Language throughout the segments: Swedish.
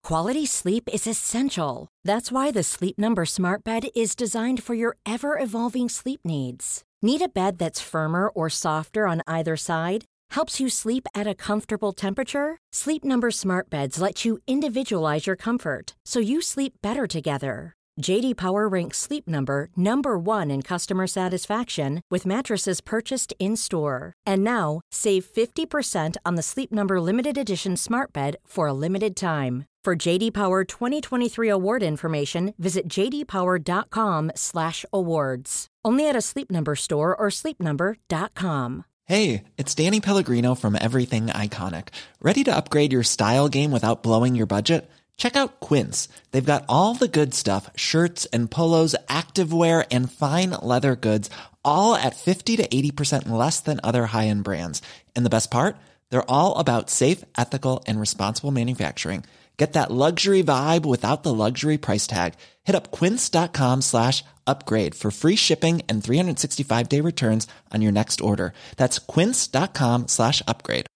Quality sleep is essential. That's why the Sleep Number Smart Bed is designed for your ever-evolving sleep needs. Need a bed that's firmer or softer on either side? Helps you sleep at a comfortable temperature? Sleep Number Smart Beds let you individualize your comfort, so you sleep better together. J.D. Power ranks Sleep Number #1 in customer satisfaction with mattresses purchased in-store. And now, save 50% on the Sleep Number Limited Edition Smart Bed for a limited time. For J.D. Power 2023 award information, visit jdpower.com/awards. Only at a Sleep Number store or sleepnumber.com. Hey, it's Danny Pellegrino from Everything Iconic. Ready to upgrade your style game without blowing your budget? Check out Quince. They've got all the good stuff, shirts and polos, activewear, and fine leather goods, all at 50 to 80% less than other high-end brands. And the best part? They're all about safe, ethical, and responsible manufacturing. Get that luxury vibe without the luxury price tag. Hit up quince.com/upgrade for free shipping and 365-day returns on your next order. That's quince.com/upgrade.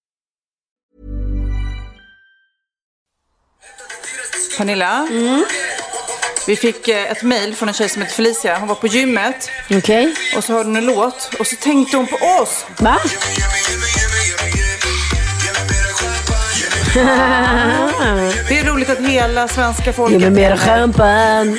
Pernilla, vi fick ett mejl från en tjej som heter Felicia. Hon var på gymmet. Okej. Och så hörde hon en låt. Och så tänkte hon på oss. Va? Det är roligt att hela svenska folket... Ge mig mer champagne.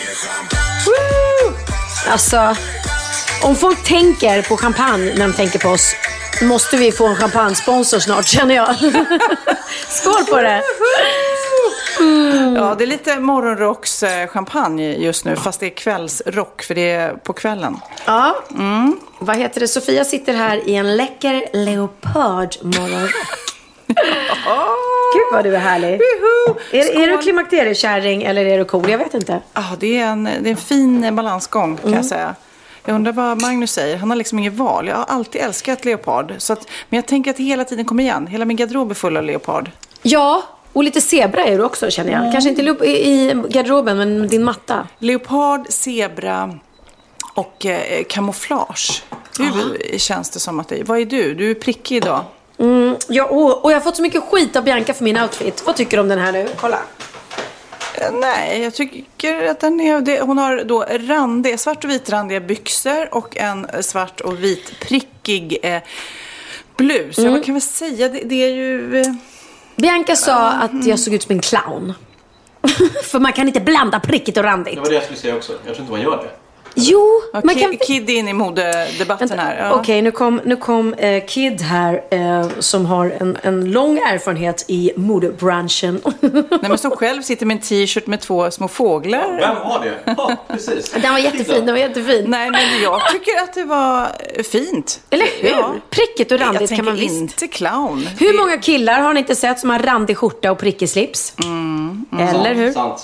Alltså, om folk tänker på champagne när de tänker på oss, måste vi få en champagnesponsor snart, känner jag. Skål på det. Ja, det är lite morgonrocks champagne just nu, fast det är kvällsrock, för det är på kvällen. Ja, vad heter det? Sofia sitter här i en läcker leopard morgonrock. Gud vad du är härlig. Är du klimakteriekärring eller är du cool? Jag vet inte. Det är en fin balansgång, kan jag säga. Jag undrar vad Magnus säger. Han har liksom inget val. Jag har alltid älskat leopard. Men jag tänker att det hela tiden kommer igen. Hela min garderob är full av leopard. Ja, och lite zebra är du också, känner jag. Kanske inte i garderoben, men din matta. Leopard, zebra och kamouflage. Hur känns det som att det är? Vad är du? Du är prickig idag. Ja, och jag har fått så mycket skit av Bianca för min outfit. Vad tycker du om den här nu? Kolla. Nej, jag tycker att den är... Hon har då svart och vitrandiga byxor och en svart och vit prickig blus. Jag kan väl säga, det är ju... Bianca sa att jag såg ut som en clown. För man kan inte blanda prickigt och randigt. Det var det jag skulle säga också. Jag tror inte man gör det. Jo, man kan... Kid in i modedebatten här. Ja. Okej, nu kom Kid här som har en lång erfarenhet i modebranschen. Nej, men som själv sitter med en t-shirt med 2 små fåglar. Vem har det? Ja, precis. Den var jättefin, Nej, men jag tycker att det var fint. Eller hur? Ja. Prickigt och randigt kan man visst. Inte clown. Hur många killar har ni inte sett som har randig skjorta och prickig slips? Eller hur? Sant.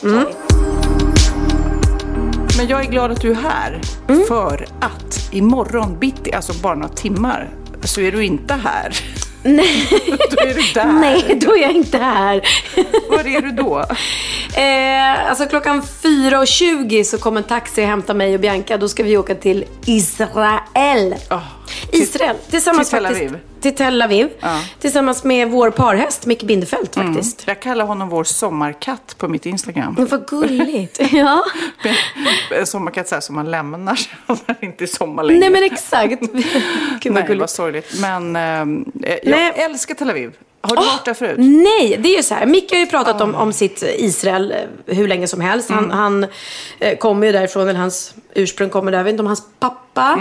Men jag är glad att du är här. För att imorgon bitti, alltså bara några timmar, så är du inte här. Nej. Då är du där. Nej, då är jag inte här. Var är du då? Alltså klockan 4:20 så kommer en taxi och hämta mig och Bianca. Då ska vi åka till Israel. Israel. Tillsammans till Tel Aviv. Till Tel Aviv. Ja. Tillsammans med vår parhäst, Micke Bindefeld faktiskt. Jag kallar honom vår sommarkatt på mitt Instagram. Men vad gulligt. Ja. En sommarkatt så här som man lämnar när inte är sommar längre. Nej, men exakt. Gud, Nej, vad sorgligt. Men jag älskar Tel Aviv. Har du varit där förut? Nej, det är ju så här. Micke har ju pratat om sitt Israel hur länge som helst. Han kommer ju därifrån, eller hans ursprung kommer där. Jag vet inte om hans pappa.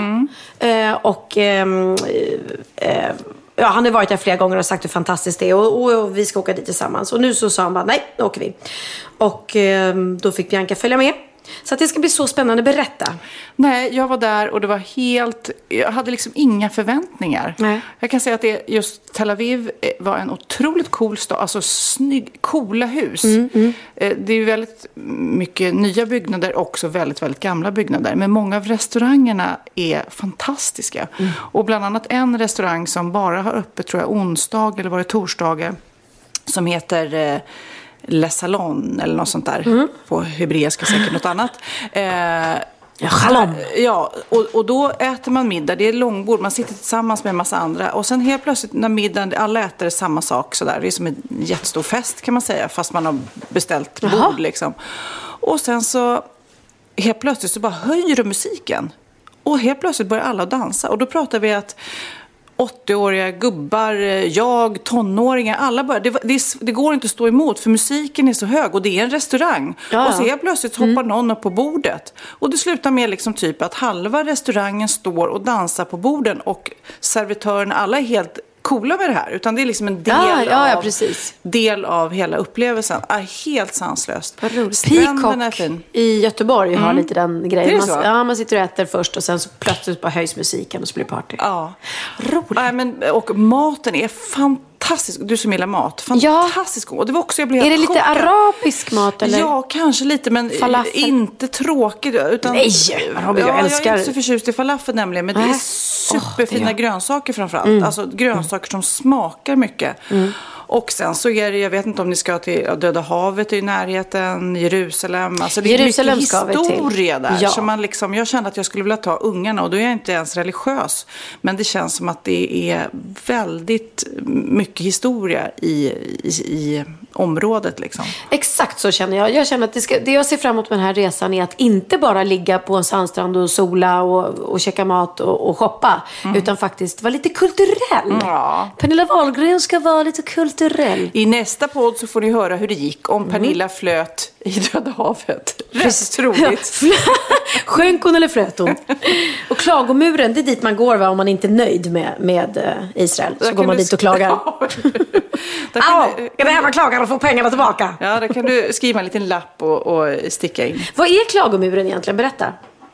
Ja, han har varit där flera gånger och sagt hur fantastiskt det är. Och vi ska åka dit tillsammans. Och nu så sa han bara, nej, då åker vi. Och då fick Bianca följa med. Så att det ska bli så spännande. Berätta. Nej, jag var där och det var jag hade liksom inga förväntningar. Nej. Jag kan säga att just Tel Aviv var en otroligt cool stad. Alltså coola hus. Det är ju väldigt mycket nya byggnader, också väldigt, väldigt gamla byggnader. Men många av restaurangerna är fantastiska. Och bland annat en restaurang som bara har öppet, tror jag, onsdag eller var det torsdagar, som heter... Le Salon eller något sånt där. På hebreiska, säkert något annat. Ja, shalom. Ja, och då äter man middag. Det är långbord, man sitter tillsammans med en massa andra. Och sen helt plötsligt när middagen, alla äter samma sak sådär. Det är som en jättestor fest kan man säga, fast man har beställt bord liksom. Och sen så helt plötsligt så bara höjer de musiken. Och helt plötsligt börjar alla dansa. Och då pratar vi att 80-åriga gubbar, jag, tonåringar, alla börjar. Det går inte att stå emot för musiken är så hög och det är en restaurang. Ja. Och så helt plötsligt hoppar någon upp på bordet. Och det slutar med liksom typ att halva restaurangen står och dansar på borden och servitörerna, alla är helt coola med det här. Utan det är liksom en del av hela upplevelsen. Helt sanslöst. Peacock i Göteborg har lite den grejen. Man sitter och äter först och sen så plötsligt bara höjs musiken och så blir det party. Ja. Roligt. Och maten är fantastisk. Du som gillar mat. Fantastisk. Och det var också, jag blev Är det lite arabisk mat eller? Ja, kanske lite, men falafel. Inte tråkigt. Utan, nej, jag älskar. Jag är inte så förtjust i falafel nämligen. Men det är superfina grönsaker framförallt. Alltså grönsaker som smakar mycket. Och sen så är det, jag vet inte om ni ska till Döda havet i närheten, Jerusalem. Alltså det är mycket historia där. Ja. Så man liksom, jag kände att jag skulle vilja ta ungarna och då är jag inte ens religiös. Men det känns som att det är väldigt mycket historia i området liksom. Exakt så känner jag. Jag känner att det jag ser fram emot med den här resan är att inte bara ligga på en sandstrand och sola och käka mat och shoppa. Utan faktiskt vara lite kulturell. Ja. Pernilla Wahlgren ska vara lite kulturell. I nästa podd så får ni höra hur det gick om Pernilla flöt i Döda havet. Rätt troligt. Sjönk hon eller flöt hon? Och klagomuren, det är dit man går om man inte är nöjd med Israel. Så går man dit och klagar. Är det här man klagar och får pengarna tillbaka? Ja, där kan du skriva en liten lapp och sticka in. Vad är klagomuren egentligen? Berätta.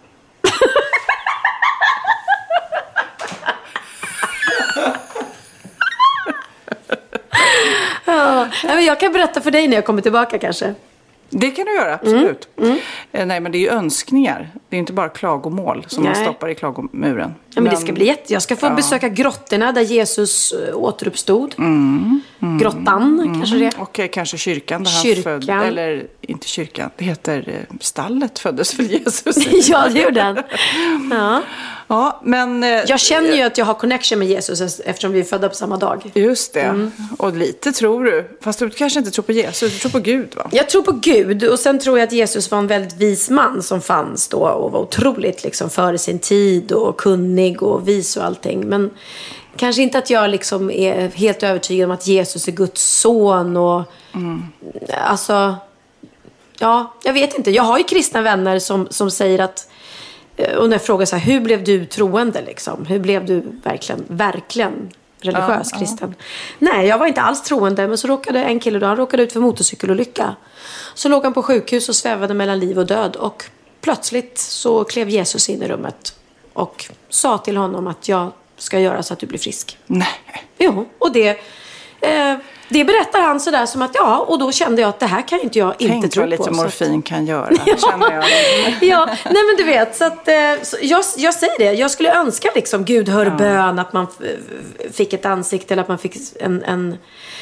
Jag kan berätta för dig när jag kommer tillbaka kanske. Det kan du göra, absolut. Nej, men det är ju önskningar. Det är inte bara klagomål som man stoppar i klagomuren. Ja, men det ska bli jag ska få besöka grottorna där Jesus återuppstod. Grottan, kanske det. Och kanske kyrkan där han född. Eller inte kyrkan, det heter stallet föddes för Jesus. Ja, det gjorde han. Ja. Ja, men jag känner ju att jag har connection med Jesus eftersom vi är födda på samma dag. Just det. Och lite tror du. Fast du kanske inte tror på Jesus, du tror på Gud, va? Jag tror på Gud och sen tror jag att Jesus var en väldigt vis man som fanns då och var otroligt liksom före sin tid och kunnig och vis och allting. Men kanske inte att jag liksom är helt övertygad om att Jesus är Guds son och alltså ja, jag vet inte. Jag har ju kristna vänner som säger att och när jag frågar så här, hur blev du troende liksom? Hur blev du verkligen religiös kristen? Nej, jag var inte alls troende, men så råkade en kille då, han råkade ut för motorcykelolycka. Så låg han på sjukhus och svävade mellan liv och död och plötsligt så klev Jesus in i rummet och sa till honom att jag ska göra så att du blir frisk. Nej. Jo, och det berättar han sådär som att och då kände jag att det här kan inte jag inte tro på. Tänk vad lite morfin kan göra, känner jag. Ja, nej men du vet så att jag säger det. Jag skulle önska liksom Gud hör bön, att man fick ett ansikte eller att man fick en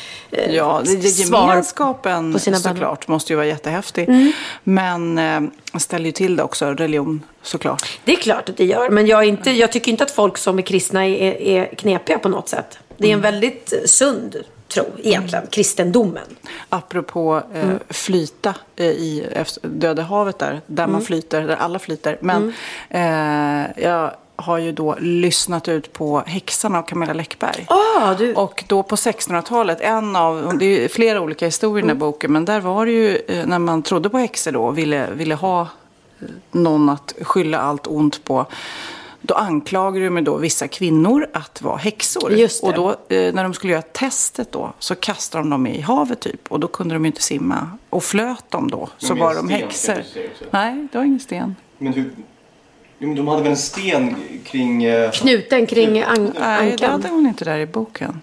gemenskapen på sina såklart måste ju vara jättehäftig. Men ställer ju till det också, religion såklart. Det är klart att det gör, men jag tycker inte att folk som är kristna är knepiga på något sätt. Det är en väldigt sund tro egentligen, kristendomen. Apropå flyta i Döda havet där man flyter, där alla flyter. Men jag har ju då lyssnat ut på Häxarna av Camilla Läckberg. Och då på 1600-talet, det är flera olika historier i den här boken, men där var det ju när man trodde på häxor då, ville ha någon att skylla allt ont på. Då anklagade de då vissa kvinnor att vara häxor. Just det. Och då när de skulle göra testet då så kastade de dem i havet typ. Och då kunde de ju inte simma. Och flöt de då så var de häxor. Nej, det var ingen sten. Men de hade väl en sten kring... Knuten kring ankan. Nej, det hade hon inte där i boken.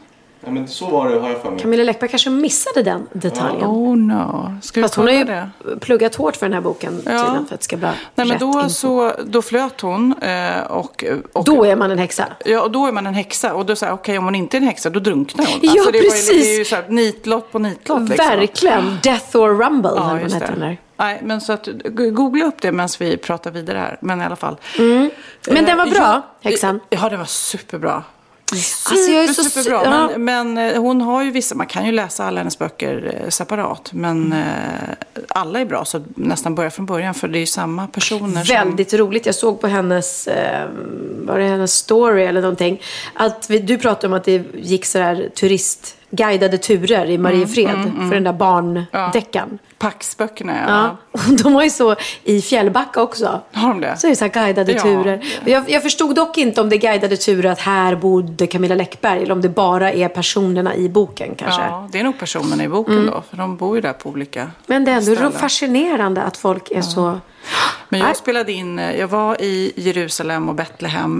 Ja, men så var det, har jag för mig. Camilla Läckberg kanske missade den detaljen. Oh no. Ska vi Fast hon har ju det? pluggat hårt för den här boken tydligen, för att det ska bli Nej, men rätt då flöt hon. Och då är man en häxa. Ja, och då är man en häxa. Och då säger okej, om hon inte är en häxa, då drunknar hon. Ja, alltså, det precis. Det är ju så här nitlott på nitlott. Liksom. Verkligen. Death or Rumble. Ja, just det. Den där. Nej, men så att googla upp det medan vi pratar vidare här. Men i alla fall. Men den var bra, häxan. Ja, den var superbra. Alltså, jag är så Superbra. ja. Men hon har ju vissa, man kan ju läsa alla hennes böcker separat. Men alla är bra, så nästan börja från början. För det är ju samma personer. Väldigt roligt. Jag såg på hennes, var det hennes story eller någonting. Att du pratade om att det gick så här turistguidade turer i Mariefred. För den där barndeckan. Paxböckerna, Ja. Och de har ju så i Fjällbacka också. Har de det? Så är det så här guidade turer. Jag förstod dock inte om det är guidade turer att här bodde Camilla Läckberg. Eller om det bara är personerna i boken kanske. Ja, det är nog personerna i boken då. För de bor ju där på olika Men det är ändå ställen. fascinerande att folk är så... Men jag spelade in, jag var i Jerusalem och Betlehem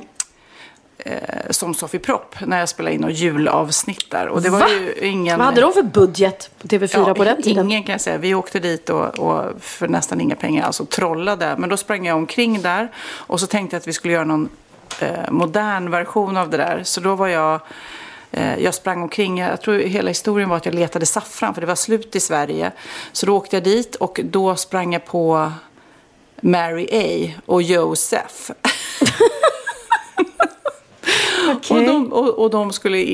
som Sofie Propp när jag spelade in och julavsnitt där. Och det var ju ingen... Vad hade de för budget på TV4 på den tiden? Ingen kan jag säga. Vi åkte dit och för nästan inga pengar, alltså trollade. Men då sprang jag omkring där och så tänkte jag att vi skulle göra någon modern version av det där. Så då var jag sprang omkring, jag tror hela historien var att jag letade saffran för det var slut i Sverige. Så då åkte jag dit och då sprang jag på Mary A och Joseph. Okay. Och de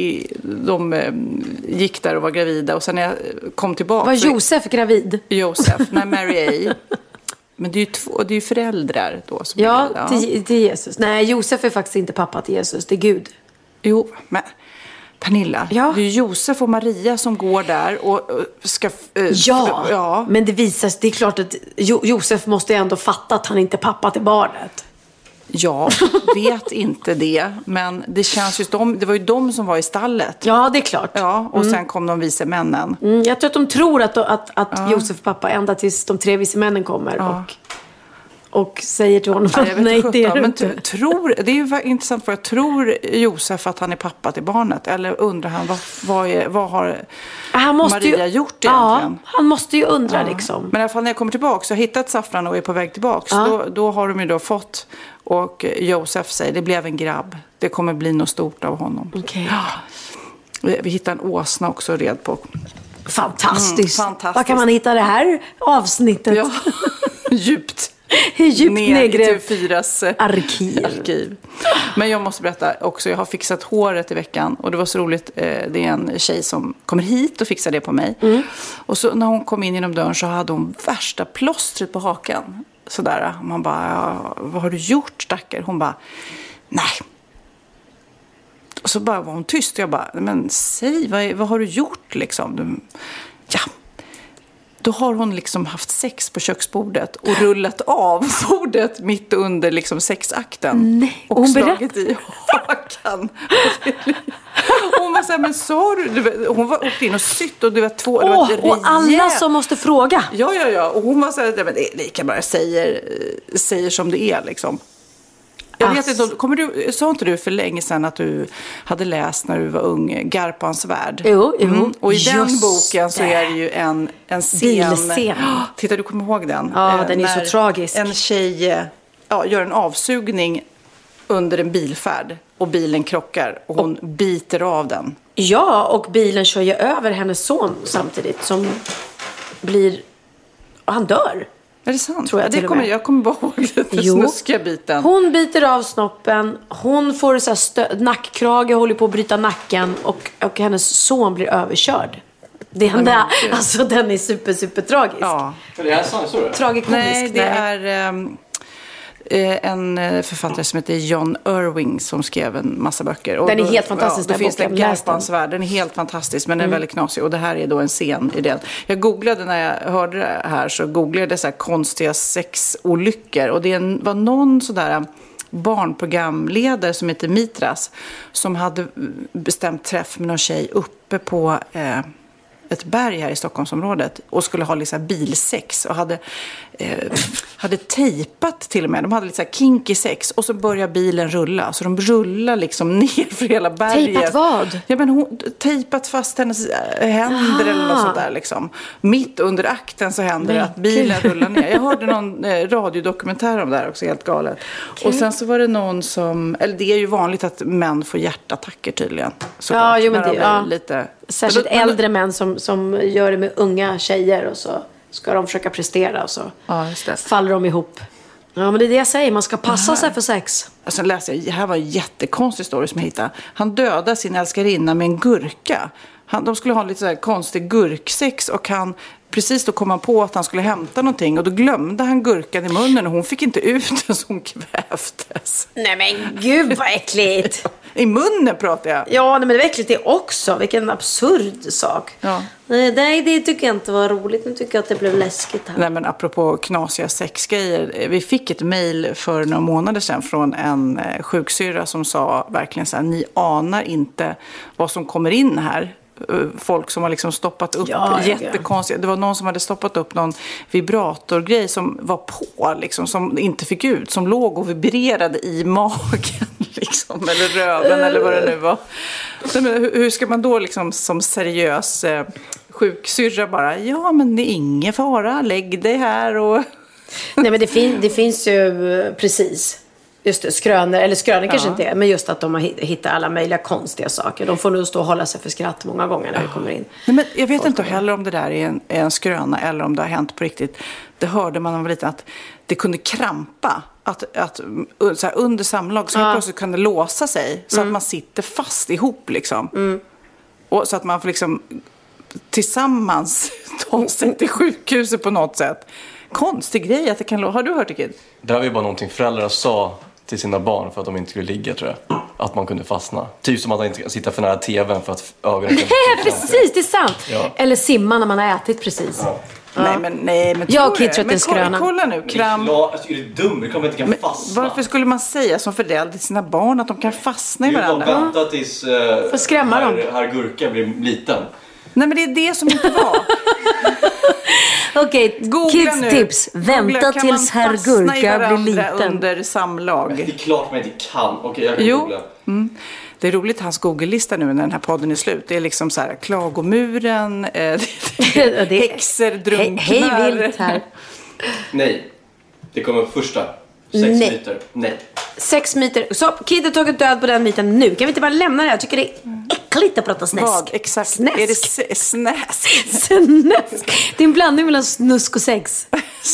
gick där och var gravida. Och sen när jag kom tillbaka... Var Josef gravid? Josef, nej, Mary A. Men det är ju föräldrar då som ja, är till Jesus. Nej, Josef är faktiskt inte pappa till Jesus, det är Gud. Jo, men Pernilla, det är ju Josef och Maria som går där och ska... Ja, men det visar sig, det är klart att Josef måste ändå fatta att han inte är pappa till barnet. Ja, vet inte det. Men det känns ju det var ju de som var i stallet. Ja, det är klart. Ja, och sen kom de vise männen. Jag tror att de tror att Josef pappa ända tills de 3 vise männen kommer och säger till honom att nej, det är inte. Men det är ju intressant, för jag tror Josef att han är pappa till barnet. Eller undrar han, vad har Maria gjort egentligen? Ja, han måste ju undra liksom. Men i alla fall när jag kommer tillbaka så har jag hittat saffran och är på väg tillbaka. Då har de ju då fått, och Josef säger, det blev en grabb. Det kommer bli något stort av honom. Okay. Ja. Vi hittade en åsna också red på. Fantastiskt. Fantastiskt. Var kan man hitta det här avsnittet? Ja, djupt. Djupt nedgrävt i TV4s arkiv. Men jag måste berätta också, jag har fixat håret i veckan. Och det var så roligt, det är en tjej som kommer hit och fixar det på mig. Och så när hon kom in genom dörren så hade hon värsta plåstret på hakan. Sådär, man bara, vad har du gjort, stackare? Hon bara, nej. Och så bara var hon tyst och jag bara, men säg, vad har du gjort liksom? Ja. Då har hon liksom haft sex på köksbordet och rullat av bordet mitt under liksom sexakten. Nej, och slagit i hakan. Hon var så här, men sa du hon var uppe in och sytt och det var två. Och alla som måste fråga. Ja. Och hon var så här, men det är lika bara säger som det är liksom. Jag vet inte, sa inte du för länge sedan att du hade läst när du var ung Garpans värld? Jo. Och i den boken så är det ju en scen. Bilscen. Titta, du kommer ihåg den? Ja, den är så tragisk. En tjej gör en avsugning under en bilfärd och bilen krockar och hon biter av den. Ja, och bilen kör ju över hennes son samtidigt som blir... Och han dör. Är det sant? Tror jag kommer bara ihåg den snuskiga biten. Hon biter av snoppen. Hon får så här nackkrage, håller på att bryta nacken. Och hennes son blir överkörd. Den är super tragisk. Ja. Men det är en sån historia? Tragikomisk. Nej, det är en författare som heter John Irving som skrev en massa böcker. Och den är helt fantastisk. Det finns en Garpans värld. Den är helt fantastisk, men den är väldigt knasig. Och det här är då en scen i den. Jag googlade när jag hörde det här, så googlade jag så här konstiga sexolyckor. Och det var någon sådär barnprogramledare som heter Mitras som hade bestämt träff med någon tjej uppe på ett berg här i Stockholmsområdet och skulle ha liksom bilsex och hade tejpat till och med. De hade lite så här kinky sex och så började bilen rulla. Så de rullar liksom ner för hela berget. Tejpat vad? Ja, men hon tejpat fast hennes händer eller något sånt där liksom. Mitt under akten så händer det att bilen rullar ner. Jag hörde någon radiodokumentär om det här också, helt galet. Okay. Och sen så var det någon som, eller det är ju vanligt att män får hjärtattacker tydligen. Ja, jo, men det är lite... Särskilt äldre män som gör det med unga tjejer och så ska de försöka prestera och så faller de ihop. Ja, men det är det jag säger. Man ska passa sig för sex. Sen läste jag, det här var en jättekonstig story som jag hittade. Han dödade sin älskarinna med en gurka. De skulle ha en lite så här konstig gurksex och precis då kom han på att han skulle hämta någonting och då glömde han gurkan i munnen och hon fick inte ut den så hon kvävdes. Nej men gud vad äckligt. I munnen pratar jag. Ja, men det är äckligt det också. Vilken absurd sak. Ja. Nej, det tycker jag inte var roligt. Nu tycker jag att det blev läskigt här. Nej, men apropå knasiga sexgrejer. Vi fick ett mejl för några månader sedan från en sjuksyrra som sa verkligen så här: ni anar inte vad som kommer in här. Folk som har liksom stoppat upp jättekonstiga. Det var någon som hade stoppat upp någon vibratorgrej som var på liksom, som inte fick ut, som låg och vibrerade i magen liksom, eller röven eller vad det nu var. Men hur ska man då liksom som seriös sjuksyrra bara, ja men det är ingen fara, lägg dig här och... Nej, men det finns ju precis just det, skrönor kanske inte är, men just att de har hittat alla möjliga konstiga saker. De får nu stå och hålla sig för skratt många gånger när det kommer in. Nej, men jag vet inte heller om det där är en skröna eller om det har hänt på riktigt. Det hörde man om lite att det kunde krampa. Att så här, under samlag så plötsligt kunde låsa sig så att man sitter fast ihop liksom. Och så att man får liksom tillsammans ta sig till sjukhuset på något sätt. Konstig grej att det kan låsa. Har du hört det, Kid? Det här var ju bara någonting föräldrar sa till sina barn för att de inte skulle ligga, tror jag. Att man kunde fastna. Typ som att man inte ska sitta för nära tvn för att ögonen kan... Precis, det är sant. Ja. Eller simma när man har ätit precis. Ja. Ja. Nej, men jag och Kid tror att det är skröna. Kolla nu, kram. Alltså, är du dum? Det kommer inte kan fastna. Varför skulle man säga som förälder till sina barn att de kan fastna i varandra? Du vänta tills för skrämma dem. Här gurka blir liten. Nej, men det är det som inte var. Okej, Kids tips. Vänta tills herr Gurka blir liten. Under samlag. Det är klart man inte kan. Okej, jag kan googla. Det är roligt hans Google-lista nu när den här podden är slut. Det är liksom så här, klagomuren, häxor, drunknar. Hej vilt här. Nej, det kommer första. 6 myter. Nej. 6 myter. Så Kid har tagit död på den myten nu. Kan vi inte bara lämna det? Jag tycker det är äckligt att prata snäsk. Vad? Exakt. Snäsk. Är det snäsk? Snäsk. Det är en blandning mellan snusk och sex.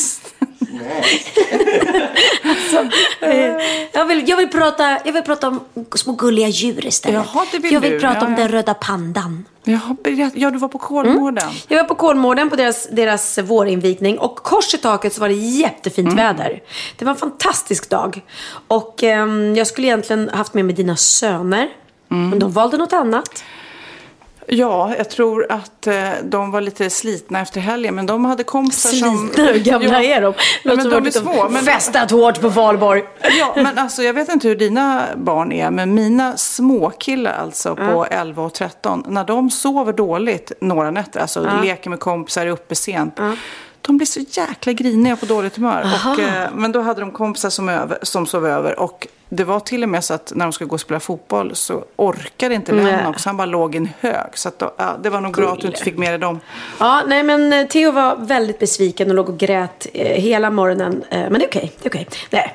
Alltså, jag vill prata om små gulliga djur istället. Jaha, det vill jag vill du. prata om den röda pandan. Ja, du var på Kolmården. Jag var på Kolmården på deras vårinvigning. Och kors i taket så var det jättefint väder. Det var en fantastisk dag. Och jag skulle egentligen haft med mig dina söner. Men de valde något annat. Ja, jag tror att de var lite slitna efter helgen. Men de hade kompisar som... Slitna? Hur gamla är de? Ja, men de är små. Men... Festat hårt på Valborg. Ja, men alltså jag vet inte hur dina barn är. Men mina småkillar alltså på 11 och 13. När de sover dåligt några nätter. Alltså leker med kompisar, är uppe sent. De blir så jäkla griniga på dåligt humör. Och, men då hade de kompisar som sov över. Och det var till och med så att när de skulle gå och spela fotboll så orkade inte Lennox. Han bara låg i en hög. Så att då, det var nog bra att du inte fick med dig dem. Ja, nej men Theo var väldigt besviken och låg och grät hela morgonen. Men det är okej. Nej.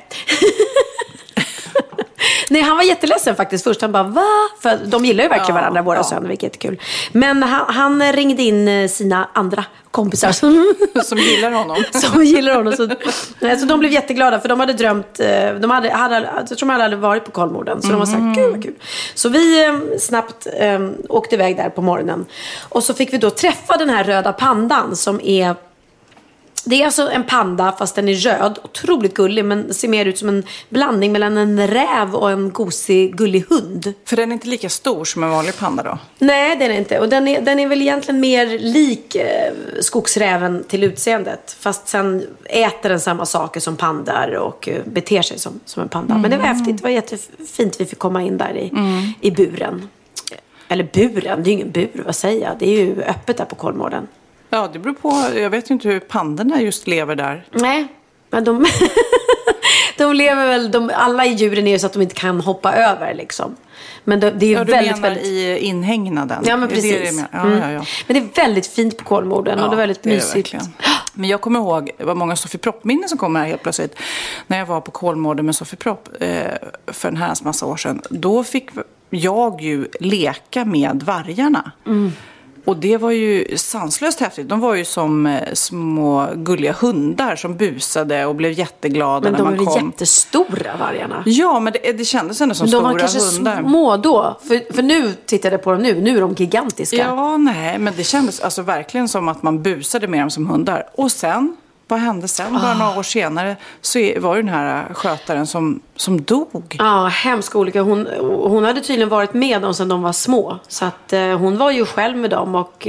Nej, han var jätteledsen faktiskt först. Han bara, va? För de gillar ju verkligen varandra, våra söner, vilket är kul. Men han ringde in sina andra kompisar som gillar honom. Som gillar honom. Så de blev jätteglada, för de hade drömt. Jag tror de hade aldrig varit på Kolmården. Så de var så här, gud vad kul. Så vi snabbt åkte iväg där på morgonen. Och så fick vi då träffa den här röda pandan som är... Det är alltså en panda fast den är röd. Otroligt gullig, men ser mer ut som en blandning mellan en räv och en gosig, gullig hund. För den är inte lika stor som en vanlig panda då? Nej, den är inte. Och den är väl egentligen mer lik skogsräven till utseendet. Fast sen äter den samma saker som pandar och beter sig som en panda. Men det var häftigt. Det var jättefint vi fick komma in där i buren. Eller buren, det är ju ingen bur, vad säger jag? Det är ju öppet där på Kolmården. Ja, det beror på. Jag vet ju inte hur pandorna just lever där. Nej, men de lever väl, alla i djuren är ju så att de inte kan hoppa över liksom. Men det är ju väldigt i inhägnaden. Ja, men precis. Ja. Men det är väldigt fint på Kolmården och det är väldigt mysigt. Men jag kommer ihåg, det var många Sofie Propp-minnen som kom här helt plötsligt. När jag var på Kolmården med Sofie Propp för en herrans massa år sedan. Då fick jag ju leka med vargarna. Och det var ju sanslöst häftigt. De var ju som små gulliga hundar som busade och blev jätteglada när man kom. Men de var jättestora, vargarna. Ja, men det kändes ändå som stora hundar. De var kanske små då. För nu tittade jag på dem nu är de gigantiska. Ja, nej, men det kändes alltså verkligen som att man busade med dem som hundar. Och sen, vad hände sen? Bara några år senare så var ju den här skötaren som dog. Ja, hemsk olycka. Hon hade tydligen varit med dem sedan de var små. Så att hon var ju själv med dem och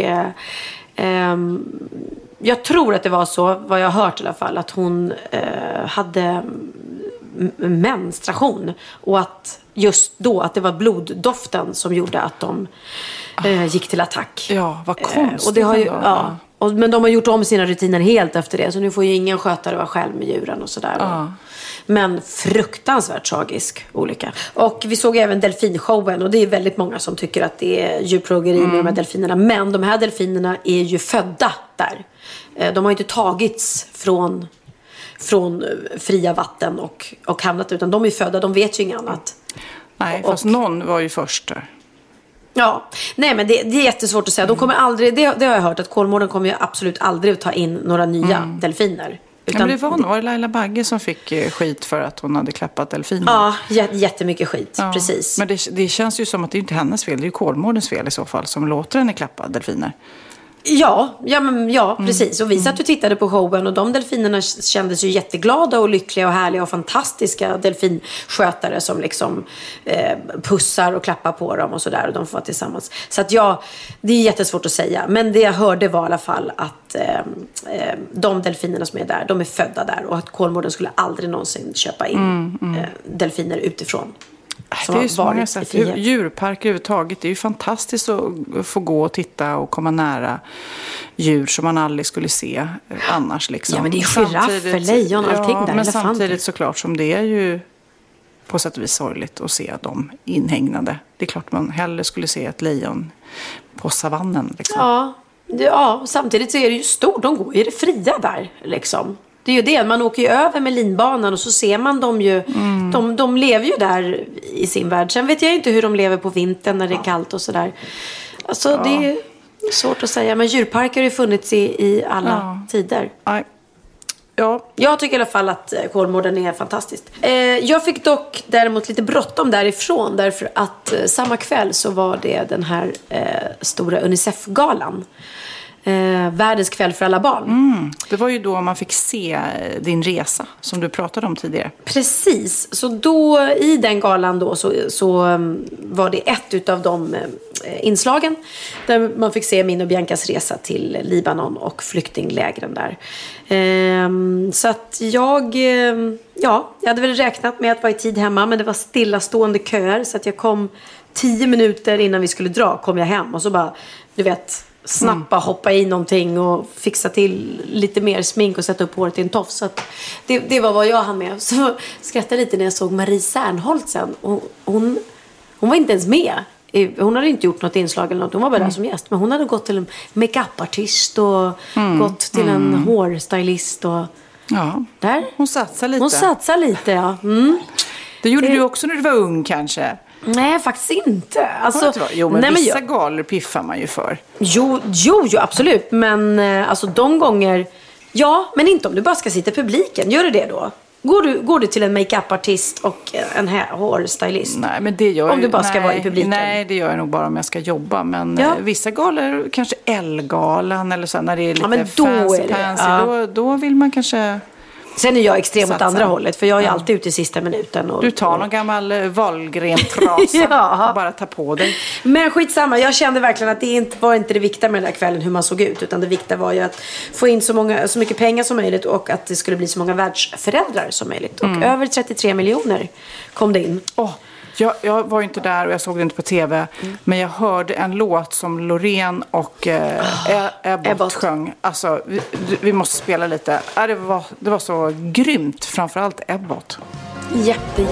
jag tror att det var så, vad jag har hört i alla fall, att hon hade menstruation och att just då att det var bloddoften som gjorde att de gick till attack. Ja, vad konstigt. Och det har ju, men de har gjort om sina rutiner helt efter det. Så nu får ju ingen skötare vara själv med djuren och sådär. Men fruktansvärt tragisk olycka. Och vi såg även delfinshowen. Och det är väldigt många som tycker att det är djurplågeri med de här delfinerna. Men de här delfinerna är ju födda där. De har ju inte tagits från fria vatten och hamnat, utan de är födda, de vet ju inget annat. Nej, fast någon var ju först där. Ja, nej men det är jättesvårt att säga. De kommer aldrig, det har jag hört, att Kolmården kommer ju absolut aldrig att ta in några nya delfiner. Utan, ja, men det var Laila Bagge som fick skit för att hon hade klappat delfiner. Ja, jättemycket skit, precis. Men det känns ju som att det är inte hennes fel, det är ju Kolmårdens fel i så fall som låter henne klappa delfiner. Ja, precis. Och vi satt och tittade på showen och de delfinerna kändes ju jätteglada och lyckliga och härliga och fantastiska delfinskötare som liksom pussar och klappar på dem och sådär, och de får vara tillsammans. Så att det är jättesvårt att säga. Men det jag hörde var i alla fall att de delfinerna som är där, de är födda där, och att Kolmården skulle aldrig någonsin köpa in delfiner utifrån. Det är ju så många sätt. Djurpark överhuvudtaget. Det är ju fantastiskt att få gå och titta och komma nära djur som man aldrig skulle se annars. Liksom. Ja, men det är giraffer, lejon och allting där. Men elefanter. Samtidigt såklart som det är ju på sätt och vis sorgligt att se dem inhägnade. Det är klart man hellre skulle se ett lejon på savannen. Liksom. Ja, samtidigt så är det ju stort. De går ju det fria där liksom. Det är ju det, man åker ju över med linbanan och så ser man dem ju, de lever ju där i sin värld. Sen vet jag inte hur de lever på vintern när det är kallt och sådär. Alltså det är svårt att säga, men djurparker har ju funnits i alla tider. Ja. Jag tycker i alla fall att Kolmården är fantastiskt. Jag fick dock däremot lite bråttom därifrån, därför att samma kväll så var det den här stora UNICEF-galan. Världens kväll för alla barn. Det var ju då man fick se din resa som du pratade om tidigare. Precis, så då i den galan då så var det ett utav de inslagen där man fick se min och Biancas resa till Libanon och flyktinglägren där. Så att jag hade väl räknat med att vara i tid hemma, men det var stillastående köer, så att jag kom 10 minuter innan vi skulle dra kom jag hem och så bara, du vet, hoppa i någonting och fixa till lite mer smink och sätta upp håret i en tofs. Så att det var vad jag hann med. Så skrattade lite när jag såg Marie Serneholt sen. Och hon var inte ens med. Hon hade inte gjort något inslag eller något. Hon var bara där som gäst. Men hon hade gått till en make-up-artist och gått till en hårstylist. Och där. Hon satsar lite. Ja. Det gjorde du också när du var ung kanske. Nej, faktiskt inte. Alltså, men vissa galor piffar man ju för. Jo, absolut. Men alltså de gånger... Ja, men inte om du bara ska sitta i publiken. Gör du det då? Går du till en make-up-artist och en hårstylist? Nej, men det gör om du bara ska vara i publiken. Nej, det gör jag nog bara om jag ska jobba. Men vissa galor, kanske L-galan eller så, när det är lite fancy, då vill man kanske... Sen är jag extrem åt andra hållet, för jag är alltid ute i sista minuten. Du tar någon gammal Wahlgren-trasa och bara tar på dig. Men skitsamma, jag kände verkligen att det var inte det viktiga med den här kvällen hur man såg ut. Utan det viktiga var ju att få in så mycket pengar som möjligt och att det skulle bli så många världsföräldrar som möjligt. Och över 33 miljoner kom det in. Jag var ju inte där och jag såg det inte på tv. Men jag hörde en låt som Loreen och Ebbot sjöng. Alltså, vi måste spela lite. Det var så grymt, framförallt Ebbot. Jätte.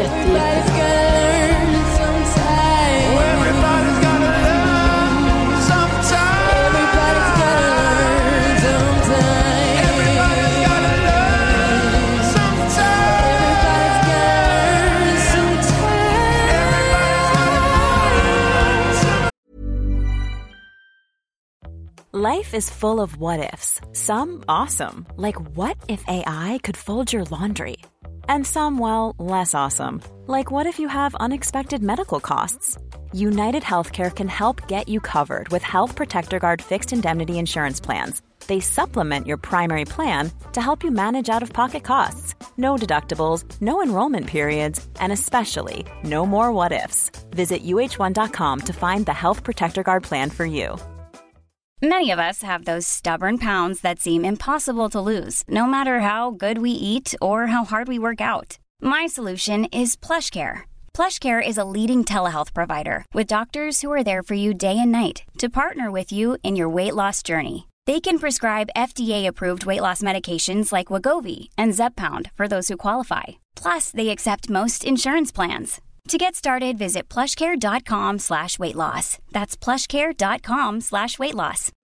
Life is full of what-ifs. Some awesome, like what if AI could fold your laundry? And some, well, less awesome, like what if you have unexpected medical costs? United Healthcare can help get you covered with Health Protector Guard fixed indemnity insurance plans. They supplement your primary plan to help you manage out-of-pocket costs. No deductibles, no enrollment periods, and especially no more what-ifs. Visit uh1.com to find the Health Protector Guard plan for you. Many of us have those stubborn pounds that seem impossible to lose, no matter how good we eat or how hard we work out. My solution is PlushCare. PlushCare is a leading telehealth provider with doctors who are there for you day and night to partner with you in your weight loss journey. They can prescribe FDA-approved weight loss medications like Wegovy and Zepbound for those who qualify. Plus, they accept most insurance plans. To get started, visit plushcare.com/weightloss. That's plushcare.com/weightloss.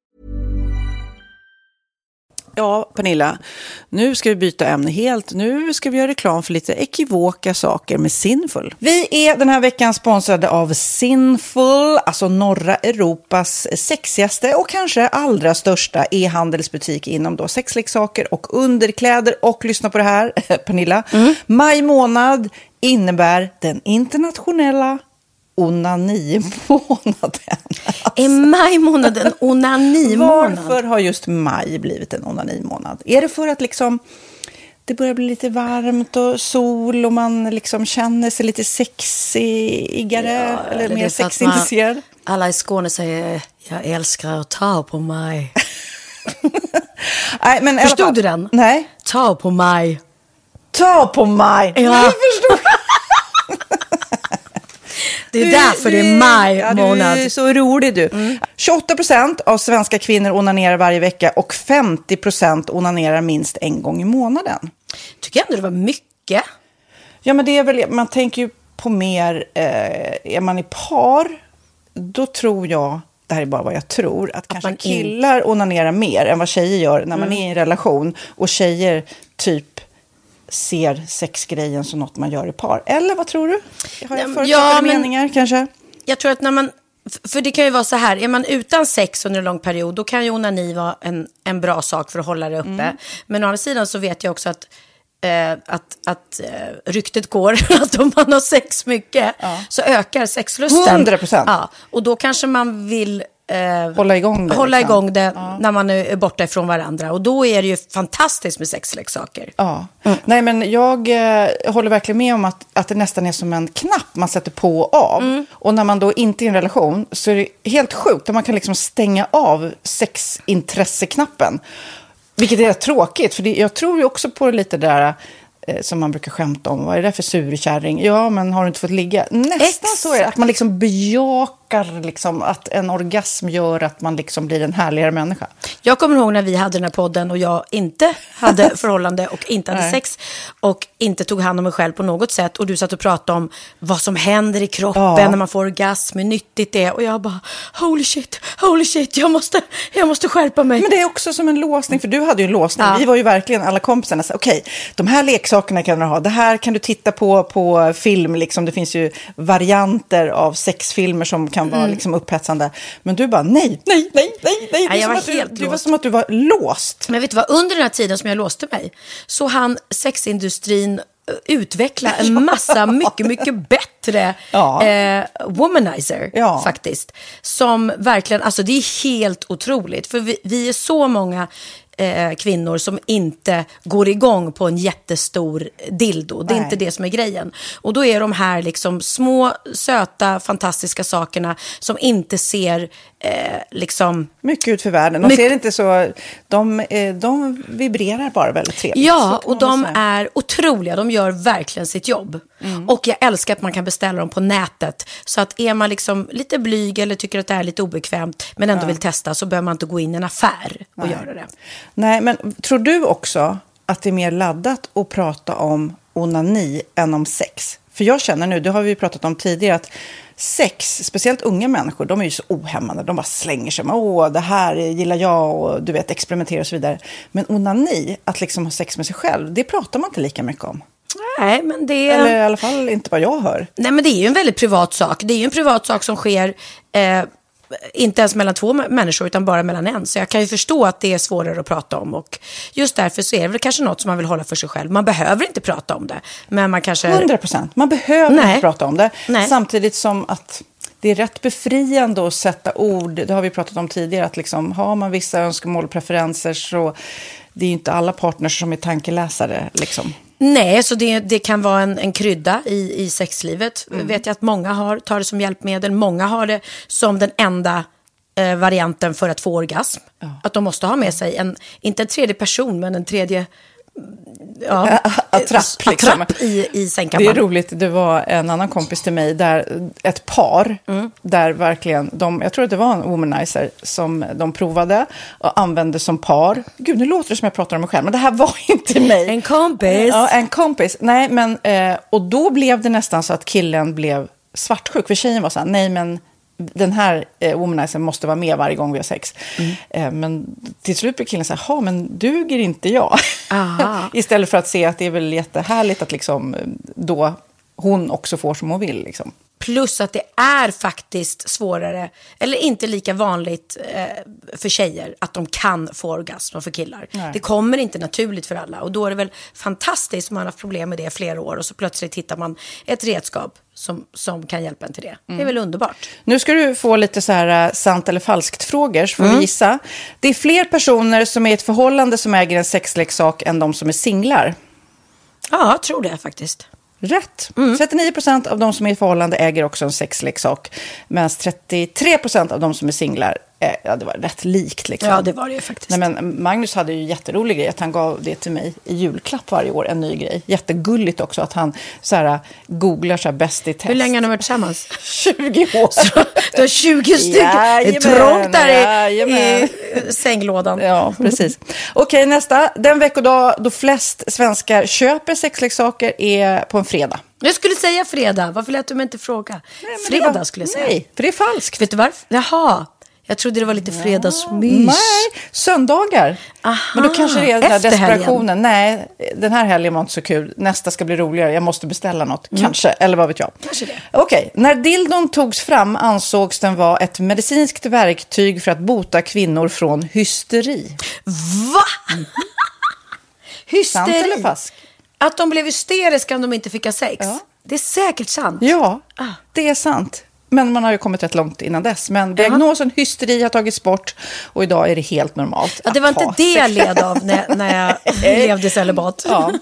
Ja, Pernilla, nu ska vi byta ämne helt. Nu ska vi göra reklam för lite ekivoka saker med Sinful. Vi är den här veckan sponsrade av Sinful, alltså norra Europas sexigaste och kanske allra största e-handelsbutik inom då sexleksaker och underkläder. Och lyssna på det här, Pernilla. Maj månad innebär den internationella onanimånaden. Är maj månaden onanimånad? Varför har just maj blivit en onanimånad? Är det för att liksom det börjar bli lite varmt och sol och man liksom känner sig lite sexigare eller mer sexintresserad? Alla i Skåne säger jag älskar att ta på mig. Nej, men förstod du den? Nej. Ta på mig. Ta på mig. Ja. Jag förstod. Det är därför det är maj månad. Du är så rolig du. 28% av svenska kvinnor onanerar varje vecka och 50% onanerar minst en gång i månaden. Tycker jag ändå det var mycket. Ja, men det är väl, man tänker ju på mer, är man i par, då tror jag, det här är bara vad jag tror, att kanske killar onanerar mer än vad tjejer gör när man är i en relation. Och tjejer typ ser sexgrejen som något man gör i par. Eller vad tror du? Har jag förutsatta meningar kanske? Jag tror att när man, för det kan ju vara så här, är man utan sex under en lång period, då kan ju onani vara en bra sak för att hålla det uppe. Men å andra sidan så vet jag också att ryktet går att om man har sex mycket så ökar sexlusten. 100%. Ja, och då kanske man vill hålla igång det när man är borta ifrån varandra. Och då är det ju fantastiskt med sexleksaker. Ja. Nej, men jag håller verkligen med om att det nästan är som en knapp man sätter på och av. Och när man då inte är i en relation så är det helt sjukt att man kan liksom stänga av sexintresseknappen. Vilket är tråkigt, för jag tror ju också på lite där som man brukar skämta om. Vad är det för surkärring? Ja, men har du inte fått ligga? Nästan så är det. Att man liksom bejakar liksom, att en orgasm gör att man liksom blir en härligare människa. Jag kommer ihåg när vi hade den här podden och jag inte hade förhållande och inte hade sex och inte tog hand om mig själv på något sätt. Och du satt och pratade om vad som händer i kroppen när man får orgasm, hur nyttigt det är. Och jag bara, holy shit, jag måste skärpa mig. Men det är också som en låsning, för du hade ju en låsning. Vi var ju verkligen alla kompisarna. Okej, de här leksakerna kan du ha. Det här kan du titta på film. Liksom. Det finns ju varianter av sexfilmer som kan vara liksom upphetsande. Men du bara, nej. Det var som att du var låst. Men vet du vad, under den här tiden som jag låste mig så hann sexindustrin utveckla en massa mycket bättre womanizer faktiskt. Som verkligen, alltså det är helt otroligt. För vi är så många kvinnor som inte går igång på en jättestor dildo. Det är inte det som är grejen. Och då är de här liksom små, söta, fantastiska sakerna som inte ser liksom mycket ut för världen. De ser inte så, de vibrerar bara väldigt trevligt. Ja, och de är otroliga. De gör verkligen sitt jobb. Och jag älskar att man kan beställa dem på nätet. Så att är man liksom lite blyg eller tycker att det är lite obekvämt men ändå vill testa, så behöver man inte gå in i en affär och göra det. Nej, men tror du också att det är mer laddat att prata om onani än om sex? För jag känner nu, det har vi pratat om tidigare, att sex, speciellt unga människor, de är ju så ohämmande. De bara slänger sig med, det här gillar jag, och du vet, experimentera och så vidare. Men onani, att liksom ha sex med sig själv, det pratar man inte lika mycket om. Nej, men det... Eller i alla fall inte vad jag hör. Nej, men det är ju en väldigt privat sak. Det är ju en privat sak som sker... inte ens mellan två människor utan bara mellan en. Så jag kan ju förstå att det är svårare att prata om. Och just därför så är det väl kanske något som man vill hålla för sig själv. Man behöver inte prata om det. Men man kanske... 100%. Man behöver inte prata om det. Nej. Samtidigt som att det är rätt befriande att sätta ord. Det har vi pratat om tidigare. Att liksom, har man vissa önskemål och preferenser, så det är ju inte alla partners som är tankeläsare liksom. Nej, så det kan vara en krydda i sexlivet. Vet jag att många tar det som hjälpmedel. Många har det som den enda varianten för att få orgasm. Ja. Att de måste ha med sig inte en tredje person, men en tredje... attrapp i sängkammaren. Det är roligt, det var en annan kompis till mig där ett par där verkligen jag tror att det var en womanizer som de provade och använde som par. Gud, nu låter det som jag pratar om mig själv, men det här var inte mig. En kompis. Ja, en kompis. Nej, men och då blev det nästan så att killen blev svartsjuk, för tjejen var så här, nej men den här womanizern måste vara med varje gång vi har sex. Men till slut blir killen så här, men duger inte jag? Istället för att se att det är väl jättehärligt att liksom, då hon också får som hon vill. Liksom. Plus att det är faktiskt svårare, eller inte lika vanligt för tjejer att de kan få orgasm för killar. Nej. Det kommer inte naturligt för alla. Och då är det väl fantastiskt om man har haft problem med det flera år och så plötsligt hittar man ett redskap som kan hjälpa en till det. Det är väl underbart. Nu ska du få lite så här sant eller falskt frågor, så får vi gissa. Det är fler personer som är i ett förhållande som äger en sexleksak än de som är singlar. Ja, jag tror det faktiskt. Rätt. 39% av de som är i förhållande äger också en sexleksak. Medan 33% av de som är singlar, det var rätt likt. Liksom. Ja, det var det faktiskt. Nej, men Magnus hade ju jätterolig grej att han gav det till mig i julklapp varje år, en ny grej. Jättegulligt också att han så här, googlar så här bäst i test. Hur länge har ni varit tillsammans? 20 år. Så, du har 20 stycken. Det är trångt där i sänglådan. Ja, precis. Okej, nästa. Den veckodag då flest svenskar köper sexleksaker är på en fredag. Jag skulle säga fredag. Varför lät du mig inte fråga? Fredag skulle jag säga. Nej, för det är falskt. Vet du varför? Jaha. Jag trodde det var lite fredagsmys. Nej, söndagar. Aha, men då kanske det är den här desperationen. Helgen. Nej, den här helgen var inte så kul. Nästa ska bli roligare. Jag måste beställa något. Kanske, eller vad vet jag. Kanske det. Okej, när dildon togs fram ansågs den vara ett medicinskt verktyg för att bota kvinnor från hysteri. Va? Hysteri? Sant eller falskt? Att de blev hysteriska om de inte fick ha sex. Ja. Det är säkert sant. Ja, det är sant. Men man har ju kommit rätt långt innan dess. Men diagnosen hysteri har tagits bort och idag är det helt normalt. Ja, det var inte det jag led av när jag levde celibat. Ja.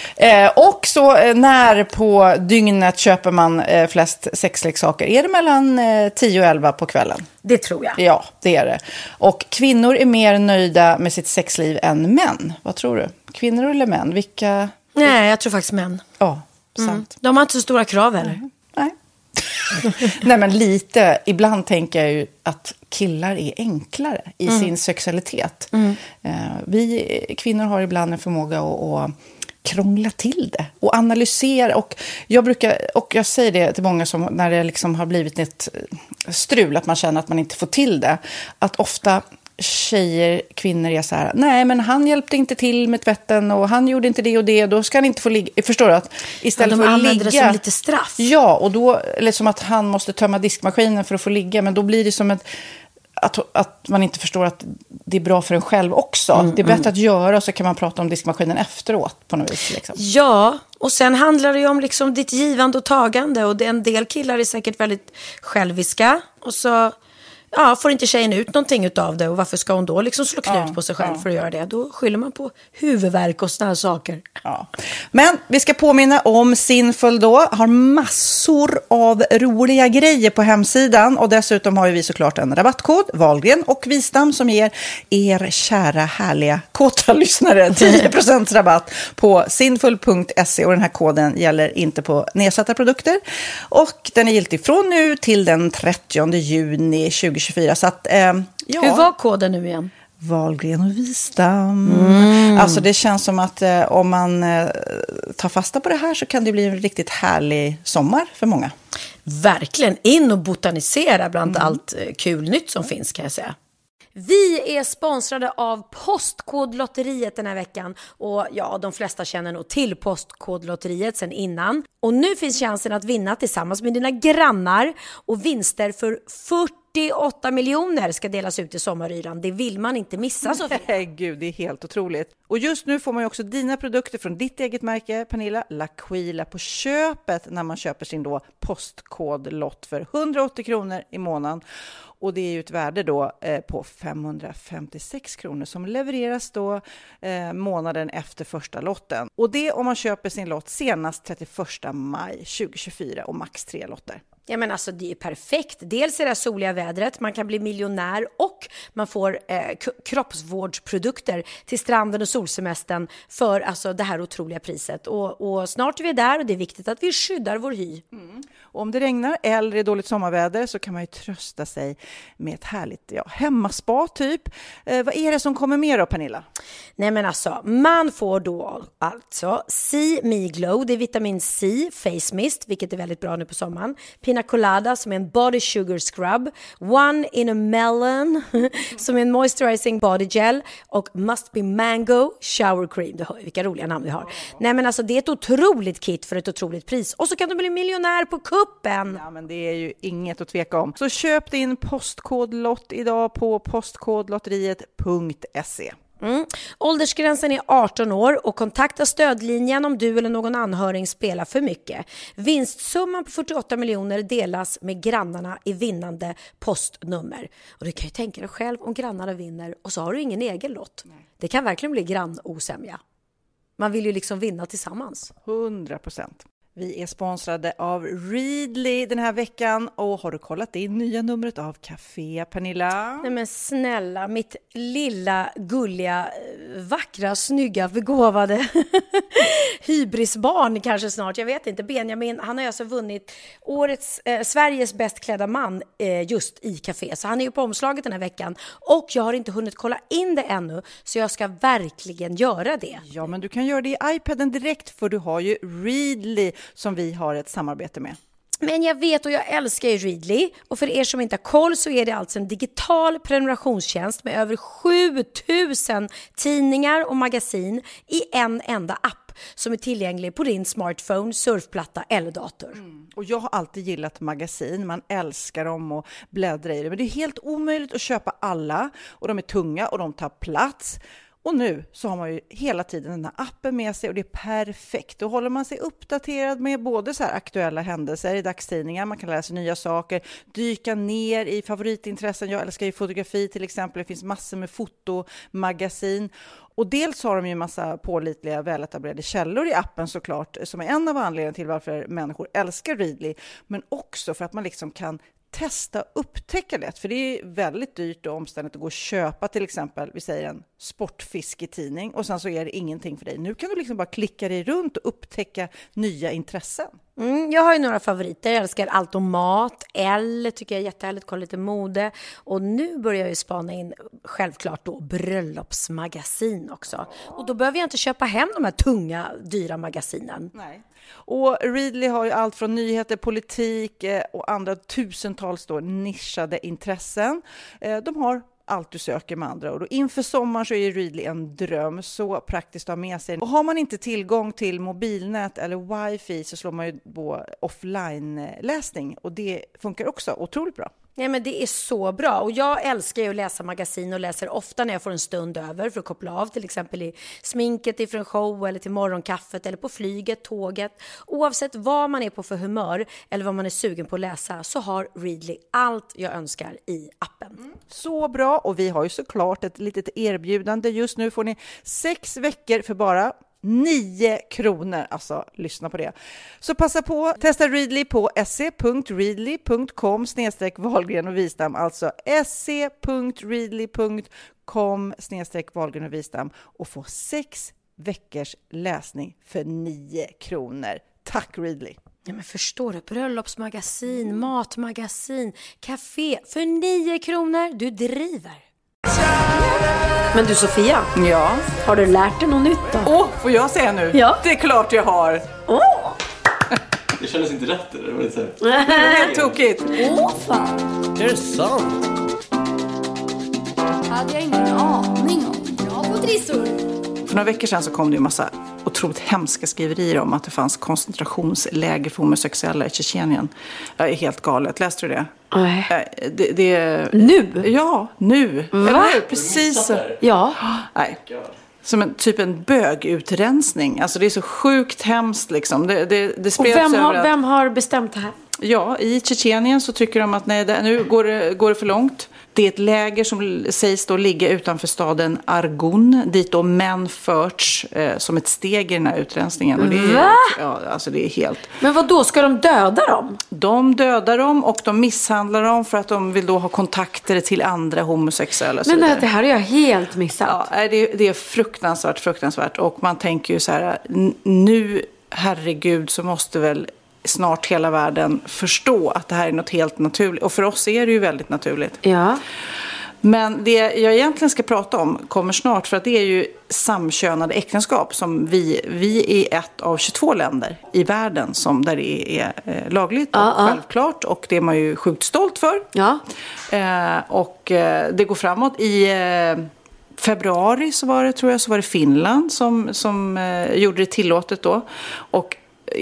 Och så när på dygnet köper man flest sexleksaker? Är det mellan 10 och 11 på kvällen? Det tror jag. Ja, det är det. Och kvinnor är mer nöjda med sitt sexliv än män. Vad tror du? Kvinnor eller män? Vilka... Nej, jag tror faktiskt män. Ja, sant. De har inte så stora krav heller. Nej. Nej, men lite. Ibland tänker jag ju att killar är enklare i sin sexualitet. Vi kvinnor har ibland en förmåga att krångla till det och analysera. Och jag säger det till många som när det liksom har blivit ett strul, att man känner att man inte får till det. Att ofta kvinnor är så här, nej men han hjälpte inte till med tvätten och han gjorde inte det och det, då ska han inte få ligga. Förstår du? Att istället för att ligga, det som lite straff. Ja, och då liksom att han måste tömma diskmaskinen för att få ligga, men då blir det som att man inte förstår att det är bra för en själv också. Det är bättre att göra, och så kan man prata om diskmaskinen efteråt på något vis. Liksom. Ja, och sen handlar det ju om liksom ditt givande och tagande, och en del killar är säkert väldigt själviska, och så får inte tjejen ut någonting av det, och varför ska hon då liksom slå knut på sig själv för att göra det? Då skyller man på huvudvärk och såna här saker. Ja. Men vi ska påminna om Sinful då. Har massor av roliga grejer på hemsidan. Och dessutom har vi såklart en rabattkod, Wahlgren och Wistam, som ger er kära, härliga, kåta lyssnare 10% rabatt på sinful.se. Och den här koden gäller inte på nedsatta produkter. Och den är giltig från nu till den 30 juni 2024. Så att, ja. Hur var koden nu igen? Wahlgren och Wistam. Alltså det känns som att om man tar fasta på det här så kan det bli en riktigt härlig sommar för många. Verkligen in och botanisera bland allt kul nytt som finns, kan jag säga. Vi är sponsrade av Postkodlotteriet den här veckan. Och ja, de flesta känner nog till Postkodlotteriet sedan innan. Och nu finns chansen att vinna tillsammans med dina grannar. Och vinster för 48 miljoner ska delas ut i sommaryran. Det vill man inte missa, Sofia. Gud, det är helt otroligt. Och just nu får man ju också dina produkter från ditt eget märke, Pernilla, L'Aquila, på köpet när man köper sin då postkodlott för 180 kronor i månaden. Och det är ju ett värde då på 556 kronor som levereras då månaden efter första lotten. Och det om man köper sin lott senast 31 maj 2024 och max 3 lotter. Ja, men alltså det är perfekt. Dels är det soliga vädret, man kan bli miljonär och man får kroppsvårdsprodukter till stranden och solsemestern för alltså det här otroliga priset. Och snart är vi där och det är viktigt att vi skyddar vår hy. Och om det regnar eller är dåligt sommarväder så kan man ju trösta sig med ett härligt hemmaspa typ. Vad är det som kommer med då, Pernilla? Nej, men alltså, man får då alltså See Me Glow, det är vitamin C, face mist, vilket är väldigt bra nu på sommaren. Pina Colada som är en body sugar scrub, One in a Melon som är en moisturizing body gel och Must Be Mango shower cream. Du hör vilka roliga namn vi har. Nej, men alltså det är ett otroligt kit för ett otroligt pris. Och så kan du bli miljonär på kuppen. Ja, men det är ju inget att tveka om. Så köp din postkodlott idag på postkodlotteriet.se. Åldersgränsen är 18 år och kontakta stödlinjen om du eller någon anhörig spelar för mycket. Vinstsumman på 48 miljoner delas med grannarna i vinnande postnummer. Och du kan ju tänka dig själv om grannarna vinner och så har du ingen egen lott. Nej. Det kan verkligen bli grannosämja. Man vill ju liksom vinna tillsammans. 100%. Vi är sponsrade av Readly den här veckan. Och har du kollat in nya numret av Café, Pernilla? Nej men snälla, mitt lilla, gulliga, vackra, snygga, begåvade hybrisbarn kanske snart. Jag vet inte. Benjamin, han har alltså vunnit årets Sveriges bäst klädda man just i Café. Så han är ju på omslaget den här veckan. Och jag har inte hunnit kolla in det ännu. Så jag ska verkligen göra det. Ja, men du kan göra det i iPaden direkt för du har ju Readly som vi har ett samarbete med. Men jag vet och jag älskar ju Readly. Och för er som inte har koll så är det alltså en digital prenumerationstjänst med över 7000 tidningar och magasin i en enda app som är tillgänglig på din smartphone, surfplatta eller dator. Och jag har alltid gillat magasin. Man älskar dem och bläddra i det. Men det är helt omöjligt att köpa alla. Och de är tunga och de tar plats. Och nu så har man ju hela tiden den här appen med sig och det är perfekt. Då håller man sig uppdaterad med både så här aktuella händelser i dagstidningar. Man kan läsa nya saker, dyka ner i favoritintressen. Jag älskar ju fotografi till exempel. Det finns massor med fotomagasin. Och dels har de ju en massa pålitliga, väletablerade källor i appen såklart. Som är en av anledningarna till varför människor älskar Readly. Men också för att man liksom kan testa upptäcka lätt, för det är väldigt dyrt och omständigt att gå och köpa till exempel, vi säger en sportfisketidning och sen så är det ingenting för dig. Nu kan du liksom bara klicka dig runt och upptäcka nya intressen. Jag har ju några favoriter. Jag älskar allt om mat. Tycker jag är jättehärligt. Kolla lite mode. Och nu börjar jag ju spana in självklart då bröllopsmagasin också. Och då behöver jag inte köpa hem de här tunga, dyra magasinen. Nej. Och Readly har ju allt från nyheter, politik och andra tusentals då nischade intressen. De har allt du söker med andra. Och då inför sommaren så är Readly en dröm, så praktiskt att ha med sig. Och har man inte tillgång till mobilnät eller wifi så slår man ju på offline-läsning. Och det funkar också otroligt bra. Ja, men det är så bra. Och jag älskar ju att läsa magasin och läser ofta när jag får en stund över för att koppla av. Till exempel i sminket ifrån show eller till morgonkaffet eller på flyget, tåget. Oavsett vad man är på för humör eller vad man är sugen på att läsa så har Readly allt jag önskar i appen. Så bra, och vi har ju såklart ett litet erbjudande. Just nu får ni 6 veckor för bara 9 kronor, alltså lyssna på det. Så passa på, testa Readly på se.readly.com/Wahlgren och Wistam, alltså se.readly.com/Wahlgren och Wistam och få 6 veckors läsning för 9 kronor. Tack Readly! Ja, men förstår du? Bröllopsmagasin, matmagasin, café för 9 kronor. Du driver. Men du Sofia, Ja. har du lärt dig något nytt då? Får jag säga nu? Ja. Det är klart jag har. Det kändes inte rätt. Det var lite så Det är helt tokigt. Fan. är det sant? Hade jag ingen aning om. Bra på trissor. För några veckor sedan så kom det ju en massa otroligt hemska skriverier om att det fanns koncentrationsläger för homosexuella i Tjetjenien. Jag är helt galet. Läste du det? Nej. Det... Nu? Ja, nu. Va? Eller hur? Precis. Ja. Nej. Som en bögutrensning. Alltså det är så sjukt hemskt liksom. Det Och spreds överallt. vem har bestämt det här? Ja, i Tjetjenien så tycker de att nej, nu går det för långt. Det är ett läger som sägs då ligga utanför staden Argun, dit då män förts som ett steg i den här utrensningen. Och det är, Va? Ja, alltså det är helt... Men vad då ska de döda dem? De dödar dem och de misshandlar dem för att de vill då ha kontakter till andra homosexuella. Men det här är jag helt missat. Ja, det är fruktansvärt. Och man tänker ju så här, nu, herregud, så måste väl snart hela världen förstå att det här är något helt naturligt. Och för oss är det ju väldigt naturligt. Ja. Men det jag egentligen ska prata om kommer snart, för att det är ju samkönade äktenskap som vi är ett av 22 länder i världen där det är lagligt och självklart, och det är man ju sjukt stolt för. Ja. Och det går framåt. I februari så var det Finland som gjorde det tillåtet då, och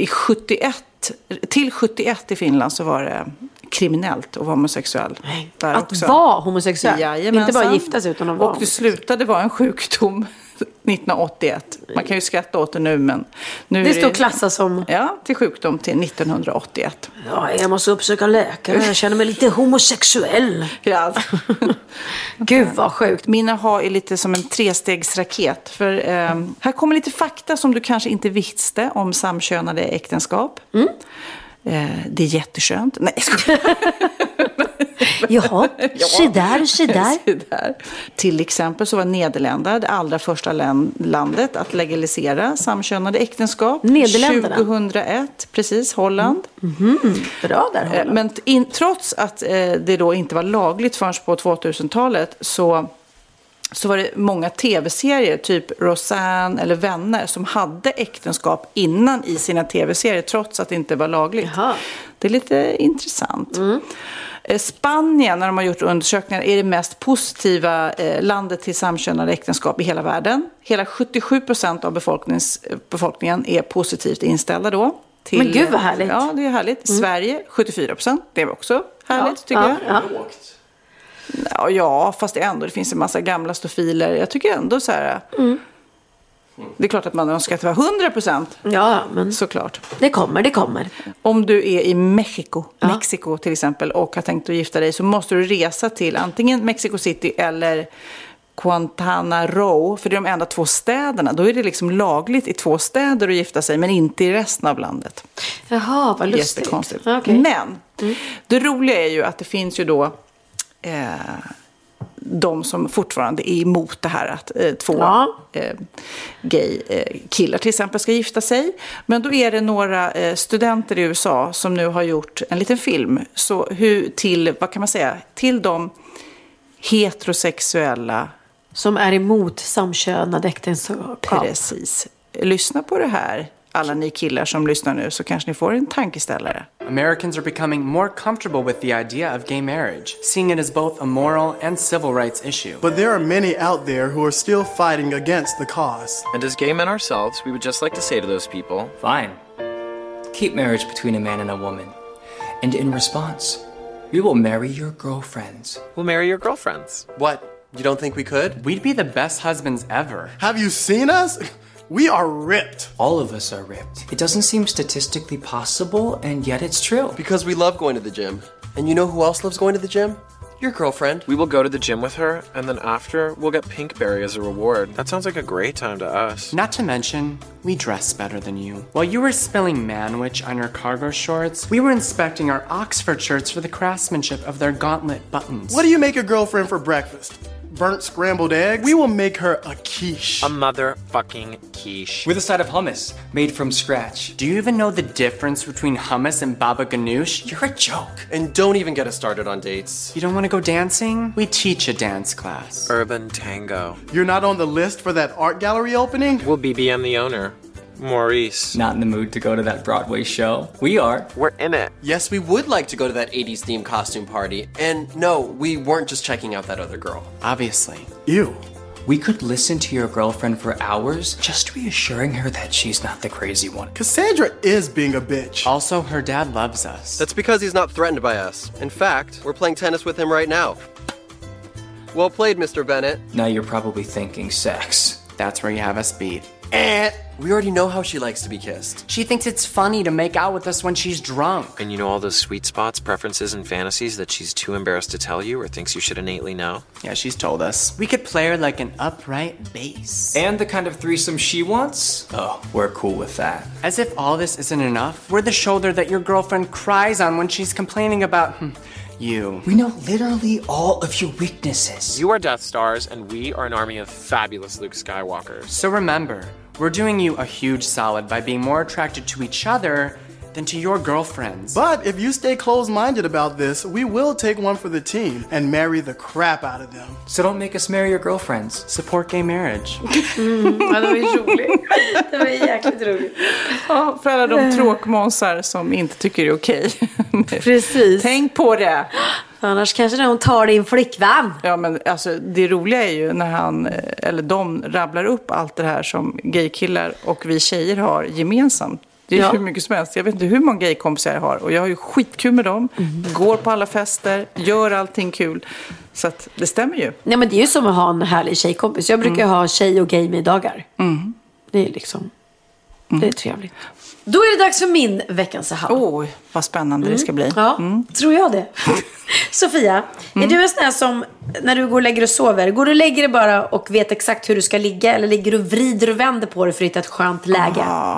till 71 i Finland så var det kriminellt att vara homosexuell. Där Att också. vara homosexuell? Jajamensan. Inte bara gifta sig utan att vara Och det slutade vara en sjukdom 1981. Man kan ju skratta åt det nu, men nu det är står klassat som... Ja, till sjukdom till 1981. Ja, jag måste uppsöka läkare. Jag känner mig lite homosexuell. Ja. Gud vad sjukt. Min aha är lite som en 3-stegsraket. För här kommer lite fakta som du kanske inte visste om samkönade äktenskap. Det är jätteskönt. Nej, jag skojar. Jaha, se där. Till exempel så var Nederländerna det allra första landet att legalisera samkönade äktenskap. Nederländerna? 2001, precis, Holland. Bra där, Holland. Men trots att det då inte var lagligt förrän på 2000-talet så var det många tv-serier, typ Roseanne eller Vänner, som hade äktenskap innan i sina tv-serier, trots att det inte var lagligt. Jaha. Det är lite intressant. Spanien, när de har gjort undersökningar, är det mest positiva landet till samkönade äktenskap i hela världen. Hela 77% av befolkningen är positivt inställda då. Men gud vad härligt. Ja, det är härligt. Sverige, 74%. Det är också härligt, tycker jag. Ja. Ja, fast det finns en massa gamla stofiler. Jag tycker ändå så här... Det är klart att man önskar att det var 100%. Ja, men såklart. Det kommer. Om du är i Mexiko till exempel, och har tänkt att gifta dig, så måste du resa till antingen Mexico City eller Quintana Roo, för det är de enda 2 städerna. Då är det liksom lagligt i 2 städer att gifta sig, men inte i resten av landet. Jaha, vad lustigt. Jättekonstigt. Okay. Men det roliga är ju att det finns ju då de som fortfarande är emot det här att 2 gay killar till exempel ska gifta sig. Men då är det några studenter i USA som nu har gjort en liten film till de heterosexuella som är emot samkönade äktenskap. Precis. Lyssna på det här. Alla ni killar som lyssnar nu, så kanske ni får en tankeställare. Americans are becoming more comfortable with the idea of gay marriage, seeing it as both a moral and civil rights issue. But there are many out there who are still fighting against the cause. And as gay men ourselves, we would just like to say to those people, fine. Keep marriage between a man and a woman. And in response, we will marry your girlfriends. We'll marry your girlfriends. What? You don't think we could? We'd be the best husbands ever. Have you seen us? We are ripped. All of us are ripped. It doesn't seem statistically possible, and yet it's true. Because we love going to the gym. And you know who else loves going to the gym? your girlfriend. We will go to the gym with her, and then after, we'll get Pinkberry as a reward. That sounds like a great time to us. Not to mention, we dress better than you. While you were spilling manwich on your cargo shorts, we were inspecting our Oxford shirts for the craftsmanship of their gauntlet buttons. What do you make your girlfriend for breakfast? Burnt scrambled eggs? We will make her a quiche. A motherfucking quiche. With a side of hummus, made from scratch. Do you even know the difference between hummus and baba ganoush? You're a joke. And don't even get us started on dates. You don't want to go dancing? We teach a dance class. Urban tango. You're not on the list for that art gallery opening? We'll BBM the owner. Maurice. Not in the mood to go to that Broadway show. We are. We're in it. Yes, we would like to go to that 80s themed costume party. And no, we weren't just checking out that other girl. Obviously. Ew. We could listen to your girlfriend for hours, just reassuring her that she's not the crazy one. Cassandra is being a bitch. Also, her dad loves us. That's because he's not threatened by us. In fact, we're playing tennis with him right now. Well played, Mr. Bennett. Now you're probably thinking sex. That's where you have us beat. We already know how she likes to be kissed. She thinks it's funny to make out with us when she's drunk. And you know all those sweet spots, preferences, and fantasies that she's too embarrassed to tell you or thinks you should innately know? Yeah, she's told us. We could play her like an upright bass. And the kind of threesome she wants? Oh, we're cool with that. As if all this isn't enough, we're the shoulder that your girlfriend cries on when she's complaining about you. We know literally all of your weaknesses. You are Death Stars, and we are an army of fabulous Luke Skywalkers. So remember, we're doing you a huge solid by being more attracted to each other than to your girlfriends. But if you stay closed-minded about this, we will take one for the team and marry the crap out of them. So don't make us marry your girlfriends. Support gay marriage. Ja, det var ju roligt. Det var jäkligt roligt. Ja, för alla de tråkmånsar som inte tycker det är okej. Precis. Tänk på det. Annars kanske hon tar din flickvän. Ja, men alltså det roliga är ju när han, eller de rabblar upp allt det här som gaykillar och vi tjejer har gemensamt. Det är hur mycket som helst. Jag vet inte hur många gaykompisar jag har. Och jag har ju skitkul med dem. Går på alla fester. Gör allting kul. Så att det stämmer ju. Nej, men det är ju som att ha en härlig tjejkompis. Jag brukar ha tjej- och gaymiddagar. Det är liksom... Det är trevligt. Då är det dags för min veckans aha. Oj, vad spännande det ska bli. Ja, tror jag det. Sofia, är du en sån här som när du går och lägger och sover, går du och lägger dig bara och vet exakt hur du ska ligga? Eller ligger du och vrider och vänder på dig för att hitta ett skönt läge? Ja,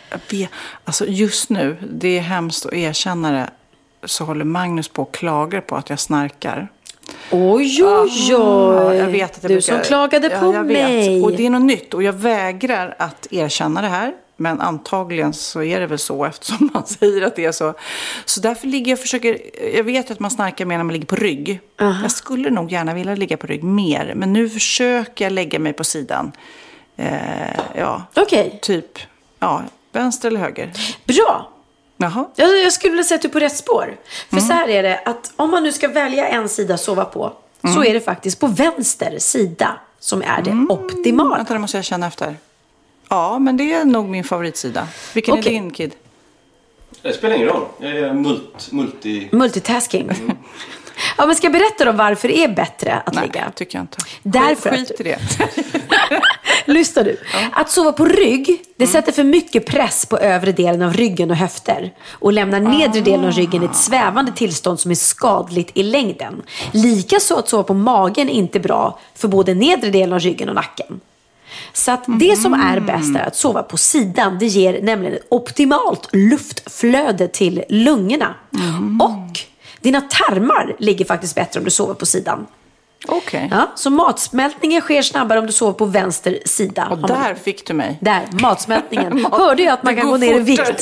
alltså just nu, det är hemskt att erkänna det, så håller Magnus på och klagar på att jag snarkar. Oj. Jag vet att jag du som klagade på jag mig. Vet. Och det är något nytt och jag vägrar att erkänna det här. Men antagligen så är det väl så eftersom man säger att det är så. Så därför ligger jag och försöker... Jag vet att man snarkar mer när man ligger på rygg. Jag skulle nog gärna vilja ligga på rygg mer. Men nu försöker jag lägga mig på sidan. Okej. Typ, vänster eller höger. Bra. Jaha. Jag skulle vilja säga att du är på rätt spår. För så här är det, att om man nu ska välja en sida att sova på, så är det faktiskt på vänster sida som är det optimala. Vänta, det måste jag känna efter. Ja, men det är nog min favoritsida. Vilken är din, Kid? Det spelar ingen roll. Jag är multitasking. Ja, men ska jag berätta då varför det är bättre att ligga? Nej, tycker jag inte. Därför Skit i det. Lyssnar du? Att sova på rygg, det sätter för mycket press på övre delen av ryggen och höfter och lämnar nedre delen av ryggen i ett svävande tillstånd som är skadligt i längden. Likaså att sova på magen är inte bra för både nedre delen av ryggen och nacken. Så att det som är bäst är att sova på sidan. Det ger nämligen ett optimalt luftflöde till lungorna. Och dina tarmar ligger faktiskt bättre om du sover på sidan. Okej. Ja, så matsmältningen sker snabbare om du sover på vänster sida. Och där fick du mig. Där, matsmältningen. Hörde jag att man kan gå ner i vikt.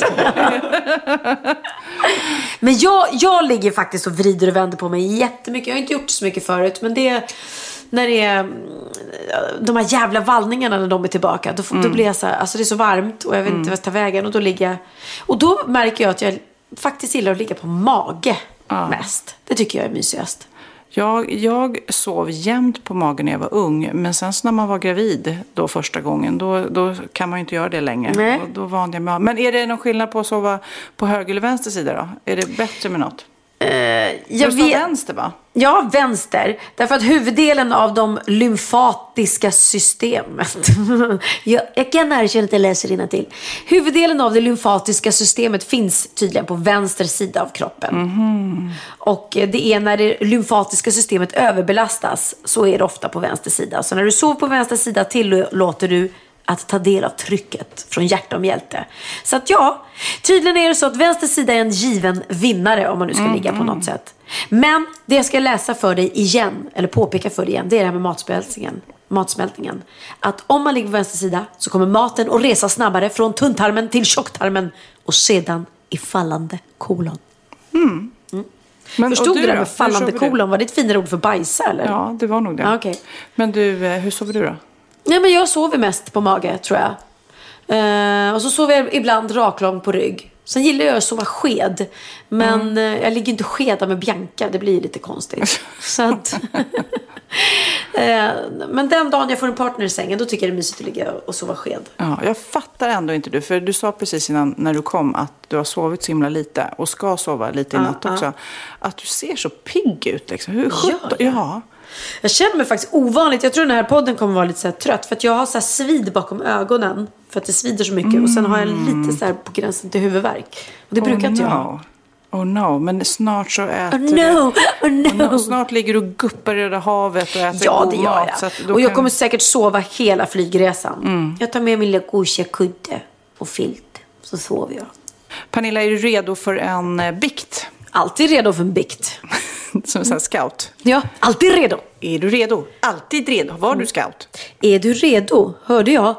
Men jag ligger faktiskt och vrider och vänder på mig jättemycket. Jag har inte gjort så mycket förut, men det... När det är de här jävla vallningarna när de är tillbaka, då blir jag så här, alltså det är så varmt och jag vet inte vad jag ska ta vägen, och då ligger jag, och då märker jag att jag faktiskt gillar att ligga på mage mest. Det tycker jag är mysigast. Jag sov jämt på magen när jag var ung, men sen så när man var gravid då första gången, då kan man ju inte göra det längre. Nej. Och då vande jag mig. Men är det någon skillnad på att sova på höger eller vänster sida då? Är det bättre med något? Jag vet vänster, va? Ja, vänster. Därför att huvuddelen av de lymfatiska systemet jag kan erkänna att jag läser innantill. Huvuddelen av det lymfatiska systemet finns tydligen på vänster sida av kroppen. Och det är när det lymfatiska systemet överbelastas, så är det ofta på vänster sida. Så när du sover på vänster sida tillåter du att ta del av trycket från hjärta och mjälte. Så att ja, tydligen är det så att vänster sida är en given vinnare om man nu ska ligga på något sätt. Men det jag ska läsa för dig igen, eller påpeka för dig igen, det är det här med matsmältningen. Att om man ligger på vänster sida så kommer maten att resa snabbare från tunntarmen till tjocktarmen och sedan i fallande kolon. Men, förstod du det med fallande kolon? Var det ett finare ord för bajsa eller? Ja, det var nog det. Okay. Men du, hur sover du då? Nej, men jag sover mest på mage, tror jag. Och så sover jag ibland raklång på rygg. Sen gillar jag att sova sked. Men jag ligger inte skeda med Bianca. Det blir lite konstigt. Så att, men den dagen jag får en partner i sängen, då tycker jag det är mysigt att ligga och sova sked. Ja, jag fattar ändå inte du. För du sa precis innan när du kom att du har sovit så himla lite. Och ska sova lite i natt också. Att du ser så pigg ut liksom. Hur ja. Jag känner mig faktiskt ovanligt. Jag tror den här podden kommer vara lite så här trött. För att jag har så här svid bakom ögonen. För att det svider så mycket. Och sen har jag lite så här på gränsen till huvudvärk. Och det brukar inte jag ha. Oh no, men snart så äter du. Snart ligger du och guppar i Röda havet och äter ja, god det gör mat. Jag. Och jag kommer säkert sova hela flygresan. Jag tar med min lilla gosiga kudde och filt. Så sover jag. Pernilla, är du redo för en bikt? Alltid redo för en bikt. Som en sån scout. Ja, alltid redo. Är du redo? Alltid redo. Var du scout? Är du redo? Hörde jag?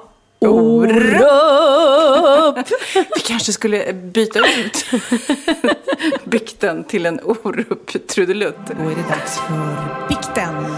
Orup! Vi kanske skulle byta ut bikten till en Orup-trudelutt. Då är det dags för bikten.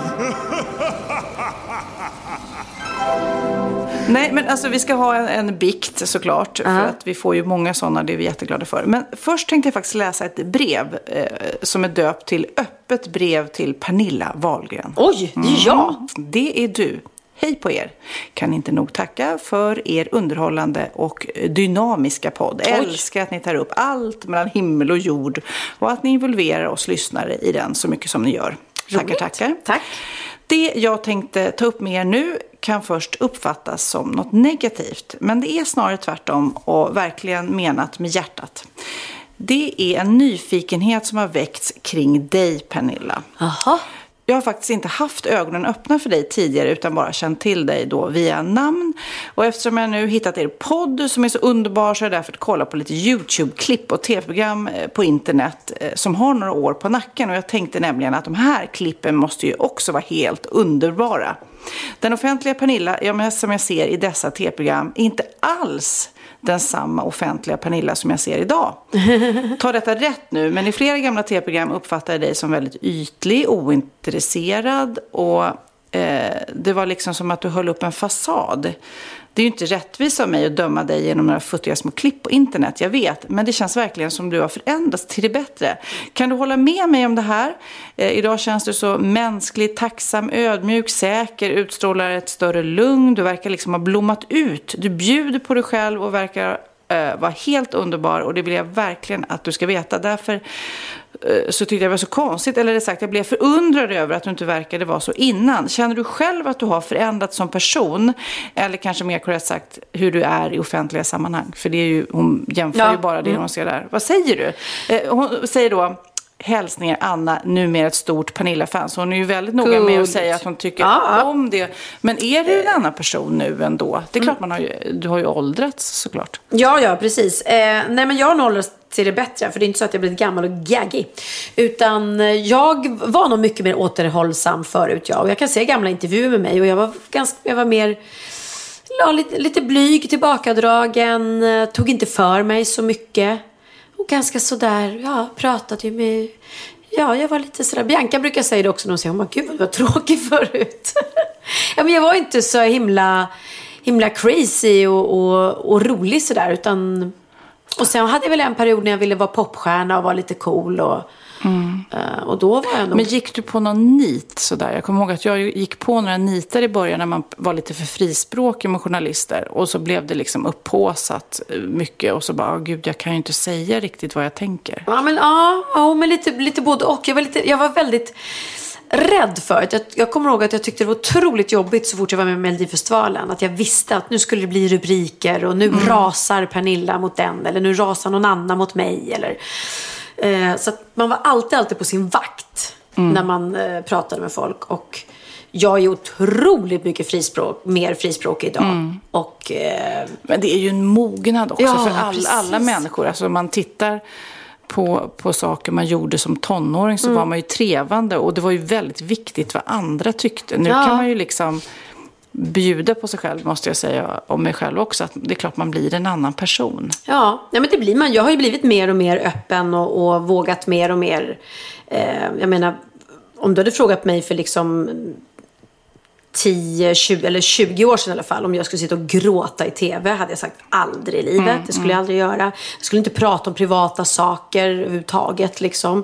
Nej, men alltså vi ska ha en bikt såklart. För att vi får ju många sådana, det är vi jätteglada för. Men först tänkte jag faktiskt läsa ett brev som är döpt till öppet brev till Pernilla Wahlgren. Oj, det är jag! Det är du. Hej på er. Kan inte nog tacka för er underhållande och dynamiska podd. Älskar att ni tar upp allt mellan himmel och jord. Och att ni involverar oss lyssnare i den så mycket som ni gör. Tackar. Tack. Det jag tänkte ta upp med er nu kan först uppfattas som något negativt. Men det är snarare tvärtom och verkligen menat med hjärtat. Det är en nyfikenhet som har väckts kring dig, Pernilla. Aha. Jag har faktiskt inte haft ögonen öppna för dig tidigare utan bara känt till dig då via namn. Och eftersom jag nu hittat er podd som är så underbar så har jag därför kolla på lite YouTube-klipp och tv-program på internet som har några år på nacken. Och jag tänkte nämligen att de här klippen måste ju också vara helt underbara. Den offentliga Pernilla, som jag ser i dessa tv-program, är inte alls den samma offentliga Pernilla som jag ser idag. Ta detta rätt nu, men i flera gamla tv-program uppfattar jag dig som väldigt ytlig, ointresserad och det var liksom som att du höll upp en fasad. Det är ju inte rättvist av mig att döma dig genom några futtiga små klipp på internet, jag vet. Men det känns verkligen som du har förändrats till det bättre. Kan du hålla med mig om det här? Idag känns du så mänsklig, tacksam, ödmjuk, säker, utstrålar ett större lugn. Du verkar liksom ha blommat ut. Du bjuder på dig själv och verkar vara helt underbar. Och det vill jag verkligen att du ska veta. Därför så tyckte jag det var så konstigt. Eller det sagt, jag blev förundrad över att du inte verkade vara så innan. Känner du själv att du har förändrats som person? Eller kanske mer korrekt sagt hur du är i offentliga sammanhang? För det är ju, hon jämför ju bara det hon ser där. Vad säger du? Hon säger då: hälsningar Anna, numera ett stort Pernilla-fan. Så hon är ju väldigt noga med att säga att hon tycker om det. Men är du en annan person nu ändå? Det är klart du har ju åldrats såklart. Ja, precis. Nej, men jag har åldrats till det bättre. För det är inte så att jag blivit gammal och gaggig. Utan jag var nog mycket mer återhållsam förut. Och jag kan se gamla intervjuer med mig. Och jag var mer lite blyg, tillbakadragen. Tog inte för mig så mycket. Och ganska sådär, pratade ju med... Ja, jag var lite sådär... Bianca brukar säga det också när hon säger: gud vad du var tråkig förut. Ja, men jag var inte så himla crazy och rolig sådär, utan... Och sen hade jag väl en period när jag ville vara popstjärna och vara lite cool och Och då var jag nog... Men gick du på någon nit sådär? Jag kommer ihåg att jag gick på några nitar i början när man var lite för frispråkig med journalister. Och så blev det liksom upphåsat mycket. Och så bara, gud, jag kan ju inte säga riktigt vad jag tänker. Ja, men lite både och. Jag var väldigt rädd för att jag kommer ihåg att jag tyckte det var otroligt jobbigt så fort jag var med i Melodifestivalen, att jag visste att nu skulle det bli rubriker och nu rasar Pernilla mot den, eller nu rasar någon annan mot mig, eller så att man var alltid på sin vakt när man pratade med folk. Och jag är otroligt mycket mer frispråk idag. Och, men det är ju en mognad också för alla precis. människor. Alltså man tittar på saker man gjorde som tonåring, så var man ju trevande, och det var ju väldigt viktigt vad andra tyckte. Nu kan man ju liksom bjuda på sig själv, måste jag säga, om mig själv också, att det är klart man blir en annan person. Ja, men det blir man. Jag har ju blivit mer och mer öppen och vågat mer och mer. Jag menar, om du hade frågat mig för liksom 10, 20 eller 20 år sedan i alla fall, om jag skulle sitta och gråta i tv, hade jag sagt aldrig i livet. Det skulle jag aldrig göra. Jag skulle inte prata om privata saker överhuvudtaget liksom.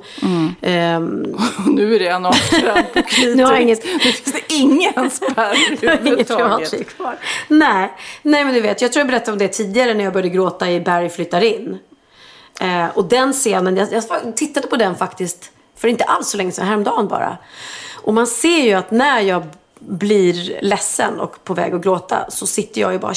Nu är det en avtränd på kritik. Nu finns det ingen spärr överhuvudtaget. Kvar. Nej, men du vet, jag tror jag berättade om det tidigare när jag började gråta i Barry flyttar in. Och den scenen, jag tittade på den faktiskt för inte alls så länge sedan, häromdagen bara. Och man ser ju att när jag blir ledsen och på väg att gråta, så sitter jag ju bara och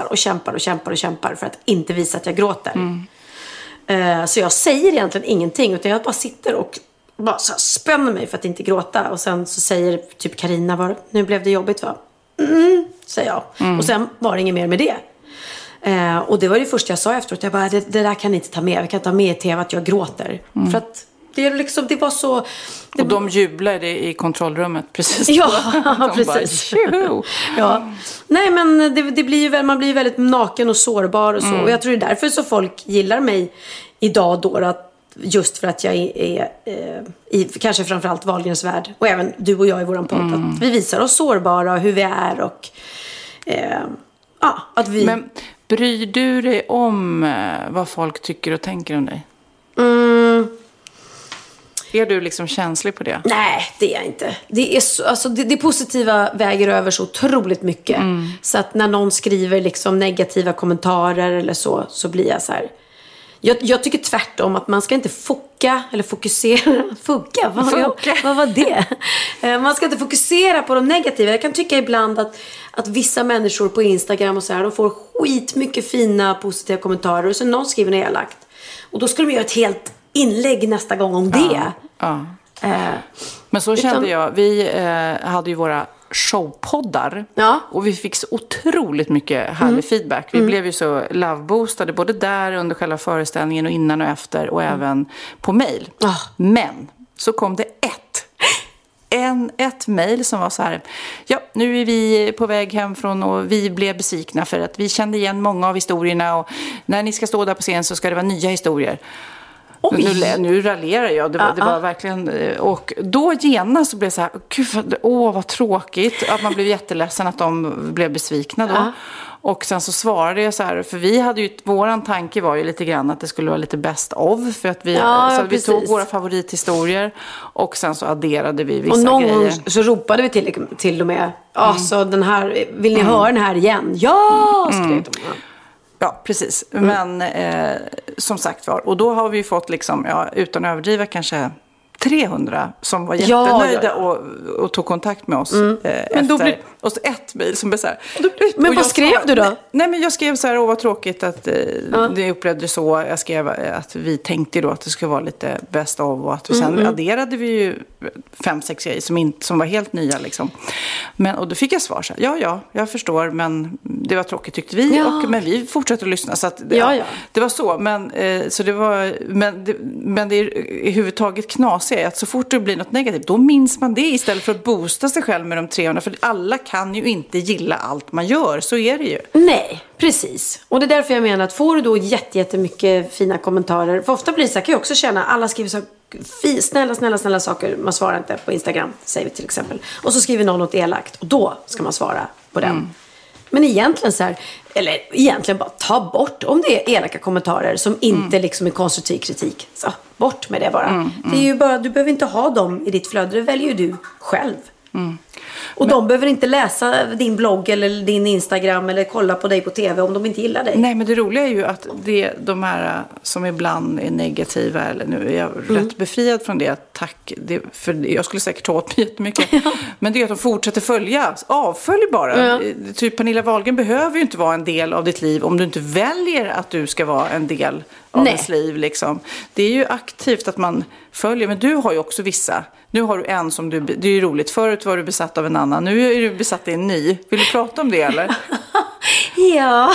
kämpar för att inte visa att jag gråter. Så jag säger egentligen ingenting, utan jag bara sitter och bara så spänner mig för att inte gråta. Och sen så säger typ Carina, nu blev det jobbigt, va? Säger jag. Och sen var det inget mer med det. Och det var det första jag sa efteråt. Jag bara, det där kan ni inte ta med. Vi kan ta med i tv att jag gråter. För att det var så... Och de jublade i kontrollrummet precis. Ja, precis. Ja. Nej, men det blir ju, man blir ju väldigt naken och sårbar och så. Och jag tror det är därför så folk gillar mig idag då, att just för att jag är i kanske framförallt Wahlgrens värld, och även du och jag i våran podd, att vi visar oss sårbara och hur vi är, och att vi... Men bryr du dig om vad folk tycker och tänker om dig? Är du liksom känslig på det? Nej, det är jag inte. Det är så, alltså det positiva väger över så otroligt mycket. Så att när någon skriver liksom negativa kommentarer eller så blir jag så här. Jag tycker tvärtom att man ska inte fokusera. Vad var det? Man ska inte fokusera på de negativa. Jag kan tycka ibland att vissa människor på Instagram och så här, de får skitmycket fina positiva kommentarer, och så någon skriver något elakt. Och då ska de göra ett helt inlägg nästa gång om det. Ja. Men så kände jag. Vi hade ju våra showpoddar. Ja. Och vi fick så otroligt mycket härlig feedback. Vi blev ju så loveboostade både där under själva föreställningen och innan och efter, och även på mail. Men så kom det ett mejl som var så här: ja, nu är vi på väg hemifrån och vi blev besvikna för att vi kände igen många av historierna, och när ni ska stå där på scen så ska det vara nya historier. Nu raljerar jag. Det var verkligen... Och då genast så blev det så här, gud, vad tråkigt. Att man blev jätteledsen att de blev besvikna då. Och sen så svarade jag så här, för vi hade ju, våran tanke var ju lite grann att det skulle vara lite best of, för att vi tog våra favorithistorier och sen så adderade vi vissa grejer. Och någon gång så ropade vi till och med, så den här, vill ni höra den här igen? Ja, skrek de. Ja, precis. Men som sagt var, och då har vi fått liksom, utan att överdriva, kanske 300 som var jättenöjda och tog kontakt med oss efter. Och så ett mejl som blev så här. Men vad skrev du då? Nej, men jag skrev så här, vad tråkigt att det upplevde så. Jag skrev att vi tänkte då att det skulle vara lite best of, och att vi sen adderade vi ju 5-6 grejer som var helt nya liksom. Och då fick jag svar så här, ja, jag förstår, men det var tråkigt tyckte vi, men vi fortsatte att lyssna, så att det var så, men så det var, men det är i huvudtaget knasigt att så fort det blir något negativt, då minns man det istället för att boosta sig själv med de 300, för alla kan ju inte gilla allt man gör, så är det ju. Nej, precis. Och det är därför jag menar att får du då jättemycket fina kommentarer, för ofta blir det så kan jag också känna, alla skriver så snälla saker, man svarar inte på Instagram, säger vi till exempel. Och så skriver någon något elakt, och då ska man svara på den. Men egentligen så här, eller egentligen bara ta bort om det är elaka kommentarer som inte liksom är konstruktiv kritik. Så bort med det bara. Det är ju bara, du behöver inte ha dem i ditt flöde, det väljer ju du själv. Och de behöver inte läsa din blogg eller din Instagram eller kolla på dig på tv om de inte gillar dig. Nej, men det roliga är ju att de här som ibland är negativa, eller nu är jag rätt befriad från det, tack, för jag skulle säkert ta åt mig jättemycket. Men det är att de fortsätter följa, avfölj bara. Typ Pernilla Wahlgren behöver ju inte vara en del av ditt liv om du inte väljer att du ska vara en del av ens liv liksom. Det är ju aktivt att man följer, men du har ju också vissa. Nu har du en som det är ju roligt. Förut var du besatt av en annan. Nu är du besatt av en ny. Vill du prata om det eller? Ja,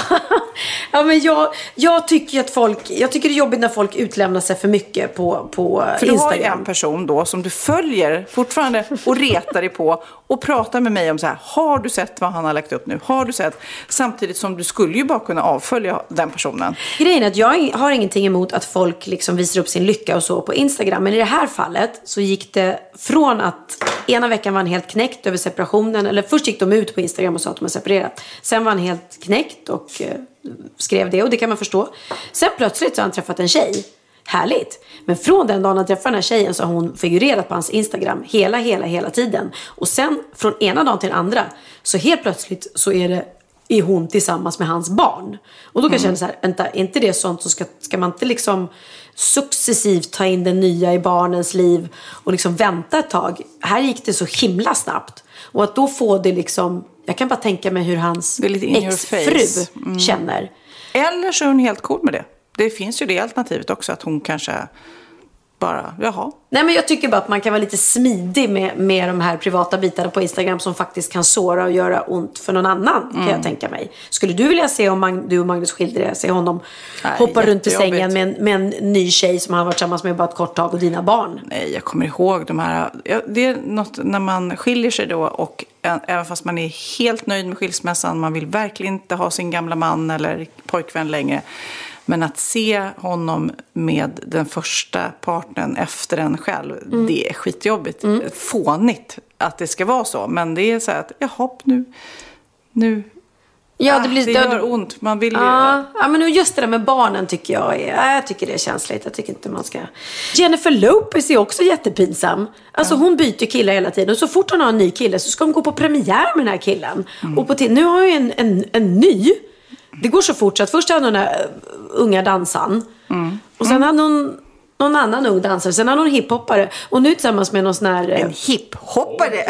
men jag tycker att jag tycker det är jobbigt när folk utlämnar sig för mycket på Instagram. För du har ju en person då som du följer fortfarande och retar dig på och pratar med mig om så här, har du sett vad han har lagt upp nu? Har du sett? Samtidigt som du skulle ju bara kunna avfölja den personen. Grejen är att jag har ingenting emot att folk liksom visar upp sin lycka och så på Instagram. Men i det här fallet så gick det från att ena veckan var han helt knäckt över separationen. Eller först gick de ut på Instagram och sa att de har separerat. Sen var han helt knäckt och skrev det, och det kan man förstå. Sen plötsligt så har han träffat en tjej. Härligt. Men från den dagen han träffade den här tjejen så har hon figurerat på hans Instagram hela tiden. Och sen från ena dagen till den andra så helt plötsligt så är hon tillsammans med hans barn. Och då kan jag känna så här, vänta, är inte det sånt så ska man inte liksom successivt ta in det nya i barnens liv och liksom vänta ett tag. Här gick det så himla snabbt. Och att då få det liksom, jag kan bara tänka mig hur hans ex-fru känner. Eller så är hon helt cool med det. Det finns ju det alternativet också, att hon kanske bara, jaha. Nej, men jag tycker bara att man kan vara lite smidig med de här privata bitarna på Instagram som faktiskt kan såra och göra ont för någon annan, kan jag tänka mig. Skulle du vilja se om du och Magnus skilde det, se honom hoppa runt i sängen med en ny tjej som han har varit tillsammans med bara ett kort tag och dina barn? Nej, jag kommer ihåg de här, det är något när man skiljer sig då och även fast man är helt nöjd med skilsmässan, man vill verkligen inte ha sin gamla man eller pojkvän längre. Men att se honom med den första partnern efter en själv, det är skitjobbigt. Fånigt att det ska vara så. Men det är så här att, jaha, nu. Ja, det gör ont. Man vill ja, men just det där med barnen tycker jag tycker det är känsligt. Jag tycker inte man ska. Jennifer Lopez är också jättepinsam. Alltså hon byter killar hela tiden. Och så fort hon har en ny kille så ska hon gå på premiär med den här killen. Och nu har ju en ny. Det går så fort så att först hade hon den här unga dansan. Och sen hade hon någon annan ung dansare. Sen hade hon hiphoppare. Och nu tillsammans med någon sån här... En hiphoppare?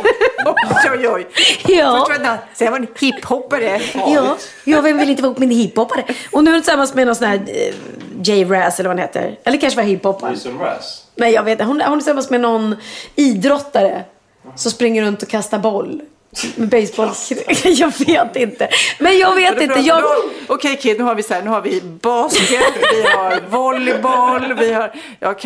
Oj. Ja. Sen var en hiphoppare. Ja, vem vill inte vara upp med en hiphoppare? Och nu är hon tillsammans med någon sån här J-Raz eller vad han heter. Eller kanske var hiphoppare. Nej, jag vet inte. Hon är tillsammans med någon idrottare som springer runt och kastar boll. Med baseball. Jag vet inte. Men jag vet inte. Okej, Kid, nu har vi basket, vi har volleyboll, vi har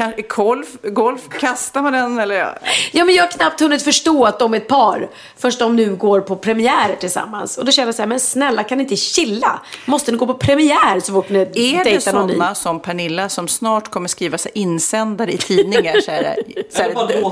golf, kastar man den eller? Ja, men jag har knappt hunnit förstå att de är ett par först de nu går på premiär tillsammans. Och då känner jag så här, men snälla, kan ni inte chilla? Måste ni gå på premiär så fort ni är det sådana som Pernilla som snart kommer skriva sig insändare i tidningar så här,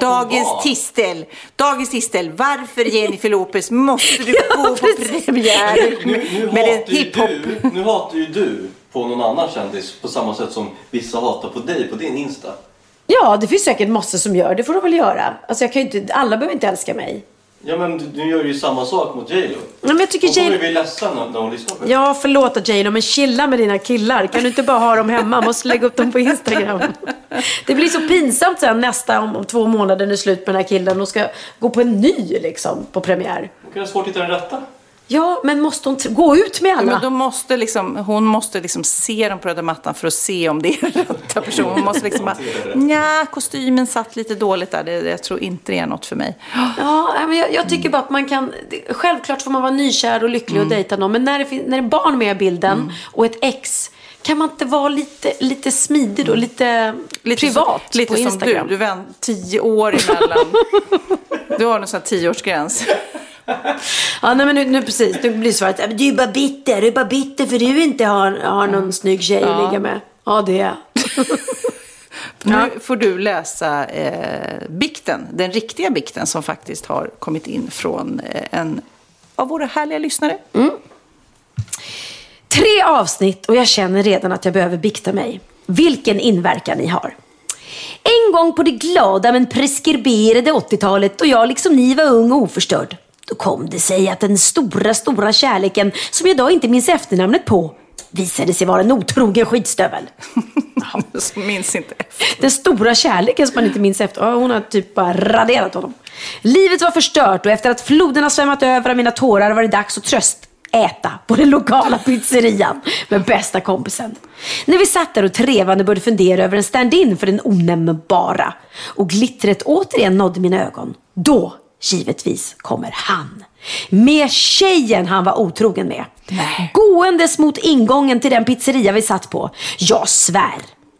Dagens tistel, varför Jennifer Lopez måste du gå på premiär med en hiphop? Nu hatar ju du på någon annan kändis på samma sätt som vissa hatar på dig på din Insta. Ja, det finns säkert massor som gör. Det får de väl göra. Alltså jag kan ju inte, alla behöver inte älska mig. Ja, men du gör ju samma sak mot J.Lo. Men jag tycker J.Lo blir ledsen när hon lyssnar på det. Ja, förlåt J.Lo, men chilla med dina killar. Kan du inte bara ha dem hemma? Måste lägga upp dem på Instagram. Det blir så pinsamt sen om 2 månader är slut med den här killen och ska gå på en ny liksom på premiär. Hon kan ha svårt att hitta den rätta. Ja, men måste hon gå ut med alla? Ja, men då måste hon måste se dem på röda mattan för att se om det är rätta person. Hon måste kostymen satt lite dåligt där. Jag tror inte det är något för mig. Ja, men jag tycker bara att man kan... Självklart får man vara nykär och lycklig och dejta någon. Men när det är barn med i bilden och ett ex... Kan man inte vara lite smidig och lite privat lite på Instagram? Du vänt 10 år emellan. Du har en sån här 10-årsgräns. Ja, nej, men nu precis. Nu blir svaret, du är bara bitter för du inte har någon snygg tjej att ligga med. Ja, det är. Nu får du läsa bikten, den riktiga bikten som faktiskt har kommit in från en av våra härliga lyssnare. 3 avsnitt och jag känner redan att jag behöver bikta mig. Vilken inverkan ni har. En gång på det glada men preskriberade 80-talet och jag liksom ni var ung och oförstörd. Då kom det sig att den stora kärleken som jag idag inte minns efternamnet på visade sig vara en otrogen skitstövel. Han minns inte efter. Den stora kärleken som man inte minns efter. Hon har typ bara raderat honom. Livet var förstört och efter att floderna svämmat över av mina tårar var det dags att äta på den lokala pizzerian med bästa kompisen. När vi satt där och trevande började fundera över en stand-in för den onämnbara och glittret återigen nådde mina ögon. Då, givetvis, kommer han. Med tjejen han var otrogen med. Nej. Gåendes mot ingången till den pizzeria vi satt på. Jag svär.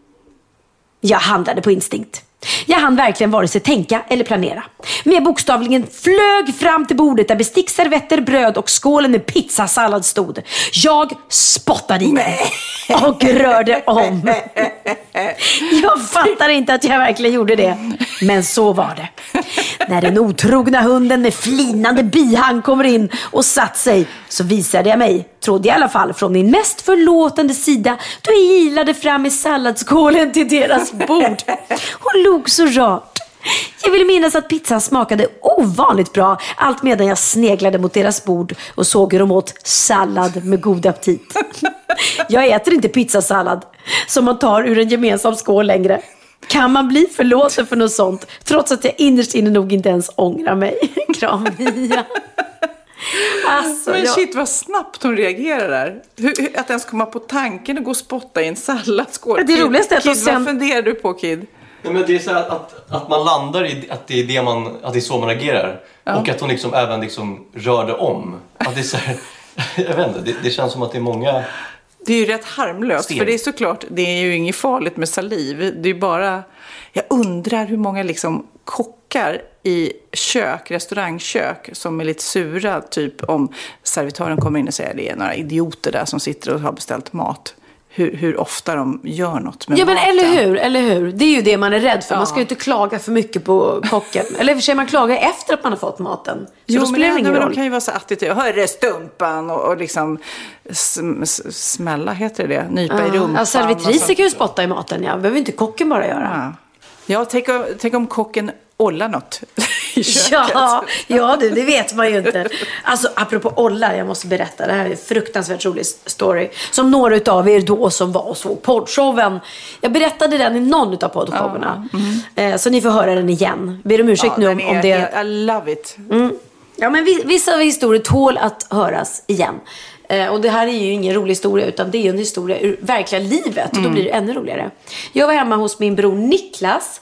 Jag handlade på instinkt. Jag hann verkligen vare sig tänka eller planera. Men jag bokstavligen flög fram till bordet där bestick, servetter, bröd och skålen med pizzasallad stod. Jag spottade i den och rörde om. Jag fattar inte att jag verkligen gjorde det. Men så var det. När den otrogna hunden med flinande bihang kommer in och satt sig så visade jag mig, trodde jag i alla fall, från min mest förlåtande sida då jag ilade fram i salladsskålen till deras bord. Hon log så rart. Jag ville minnas att pizzan smakade ovanligt bra, allt medan jag sneglade mot deras bord och såg hur de åt sallad med god aptit. Jag äter inte pizzasallad som man tar ur en gemensam skål längre. Kan man bli förlåten för något sånt trots att jag innerst inne nog inte ens ångrar mig? Kram Mia. Alltså, men shit, vad snabbt hon reagerar där. Att ens komma på tanken att gå och spotta i en salladsskål. Det roligaste är att Kid, vad funderar du på, Kid? Ja, men det är så här att man landar i att det är att det är så man agerar. Ja. Och att hon liksom även liksom rörde om. Att det är så här, jag vet inte, det känns som att det är många... Det är ju rätt harmlöst, för det är såklart, det är ju inget farligt med saliv. Det är bara, jag undrar hur många liksom kockar i restaurangkök som är lite sura, typ om servitören kommer in och säger det är några idioter där som sitter och har beställt mat. Hur ofta de gör något med maten. Men eller hur? Det är ju det man är rädd för. Ja. Man ska ju inte klaga för mycket på kocken. Eller för sig man klagar efter att man har fått maten. Så jo, då spelar det ingen roll. De kan ju vara så attityd. Hörru, stumpan och liksom smälla, heter det? Nypa i rumpan. Ja, servitriser kan ju spotta i maten. Ja, behöver inte kocken bara göra. Ja, tänk om kocken ollar något i köket. Ja, det vet man ju inte. Alltså, apropå ollar, jag måste berätta. Det här är en fruktansvärt rolig story. Som några utav er då som var och såg poddshowen. Jag berättade den i någon utav poddshowerna. Så ni får höra den igen. Ber om ursäkt nu om det. I love it. Ja, men vissa historier tål att höras igen. Och det här är ju ingen rolig historia, utan det är en historia ur verkliga livet. Och då blir det ännu roligare. Jag var hemma hos min bror Niklas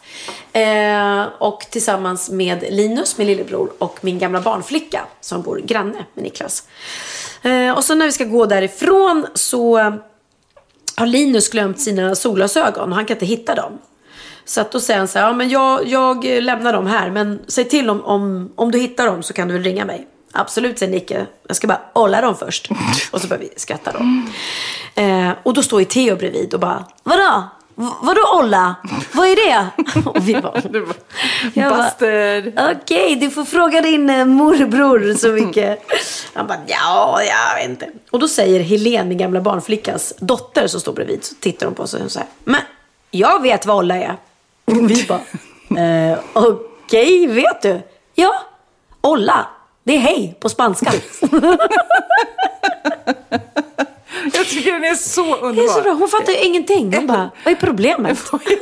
och tillsammans med Linus, min lillebror, och min gamla barnflicka som bor granne med Niklas. Och så när vi ska gå därifrån så har Linus glömt sina solglasögon och han kan inte hitta dem. Så att då säger han så här, ja, men jag lämnar dem här, men säg till om du hittar dem så kan du väl ringa mig. Absolut, säger Nicke. Jag ska bara olla dem först. Och så börjar vi skratta då. Och då står ju Theo bredvid och bara, vadå olla? Vad är det? Och vi bara, bastard. Okej, du får fråga din morbror så mycket. Han bara, ja, jag vet inte. Och då säger Helene, min gamla barnflickas dotter som står bredvid, så tittar hon på oss och säger, men jag vet vad olla är. Och vi bara, okej, vet du? Ja, olla. Det är hej på spanska. Jag tycker den är så underbar. Det är så bra. Hon fattar ju ingenting. Hon bara, vad är problemet?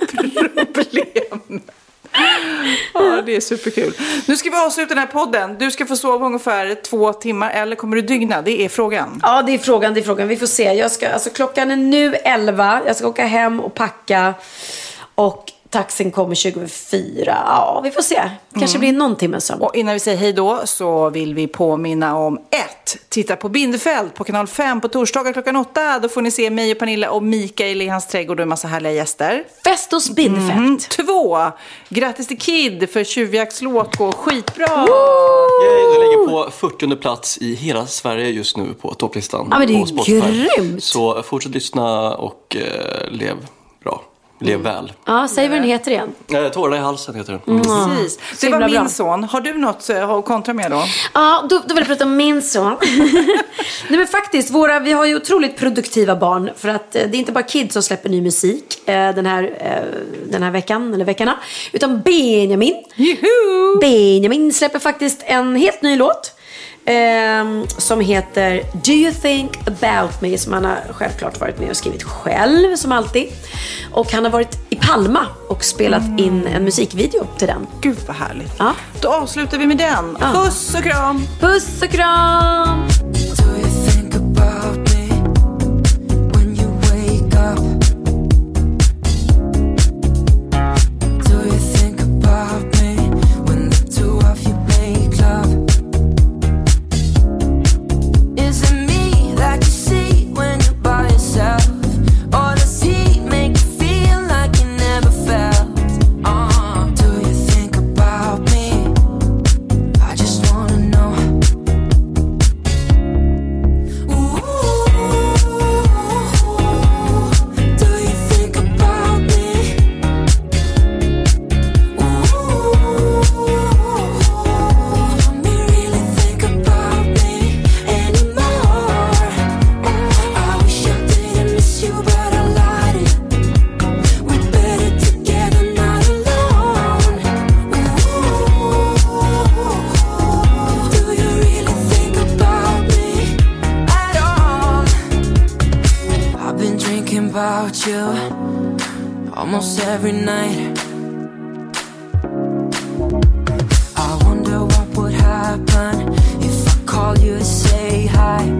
Ja, det är superkul. Nu ska vi avsluta den här podden. Du ska få sova ungefär 2 timmar. Eller kommer du dygna? Det är frågan. Ja, det är frågan. Vi får se. Klockan är nu 11. Jag ska åka hem och packa. Och taxin kommer 24. Ja, vi får se. Kanske blir någon timme sömn. Och innan vi säger hej då så vill vi påminna om 1. Titta på Bindefält på kanal 5 på torsdagar klockan 8. Då får ni se mig och Pernilla och Mikael i hans trädgård och en massa härliga gäster. Fest hos Bindefält. 2. Grattis till Kid för Tjuvjaktslåt. Går skitbra. Jag lägger på 40:e plats i hela Sverige just nu på topplistan. Ja, men det är ju grymt. Så fortsätt lyssna och lev bra. Lev väl. Ja, säg vad den heter igen. Tårarna i halsen heter den. Precis. Det var min son. Har du något att kontra med då? Ja, då vill jag prata om min son. Nej, men faktiskt, vi har ju otroligt produktiva barn. För att det är inte bara kids som släpper ny musik den här veckan, eller veckorna. Utan Benjamin. Juhu! Benjamin släpper faktiskt en helt ny låt. Som heter Do You Think About Me, som han har självklart varit med och skrivit själv, som alltid. Och han har varit i Palma och spelat in en musikvideo till den. Gud vad härligt. Ja. Då avslutar vi med den. Puss och kram. Puss och kram. About you almost every night. I wonder what would happen if I call you to say hi.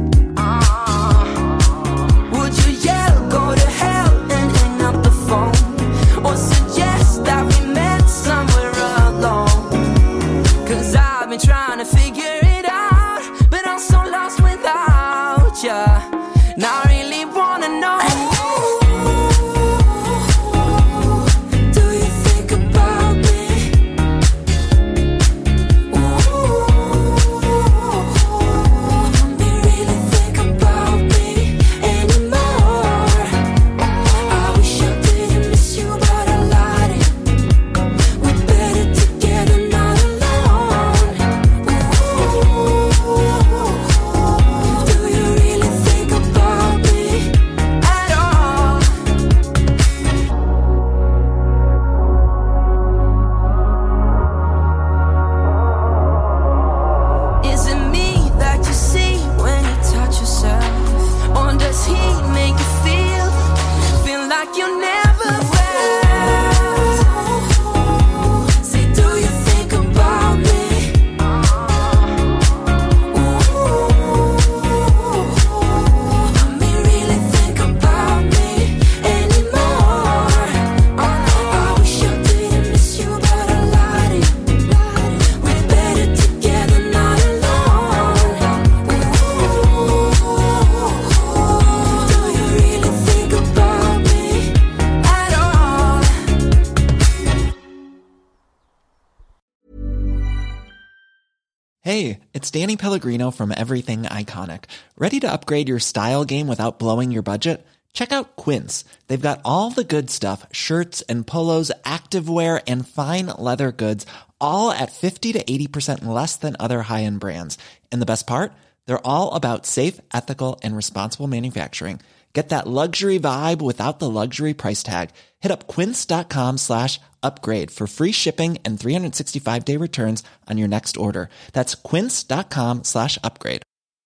Would you yell, go to hell and hang up the phone, or suggest that we met somewhere alone? 'Cause I've been trying to figure it out, but I'm so lost without you. Now I really wanna know. Hey, it's Danny Pellegrino from Everything Iconic. Ready to upgrade your style game without blowing your budget? Check out Quince. They've got all the good stuff, shirts and polos, activewear, and fine leather goods, all at 50 to 80% less than other high-end brands. And the best part? They're all about safe, ethical, and responsible manufacturing. Get that luxury vibe without the luxury price tag. Hit up quince.com/upgrade for free shipping and 365-day returns on your next order. That's quince.com/upgrade.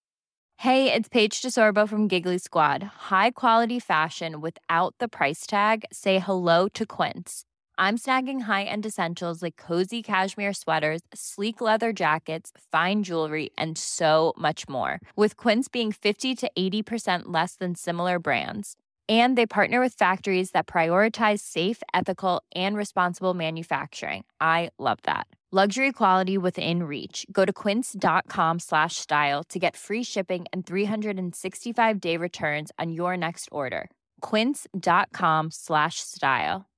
Hey, it's Paige DeSorbo from Giggly Squad. High quality fashion without the price tag. Say hello to Quince. I'm snagging high-end essentials like cozy cashmere sweaters, sleek leather jackets, fine jewelry, and so much more. With Quince being 50 to 80% less than similar brands. And they partner with factories that prioritize safe, ethical, and responsible manufacturing. I love that. Luxury quality within reach. Go to quince.com/style to get free shipping and 365-day returns on your next order. Quince.com/style.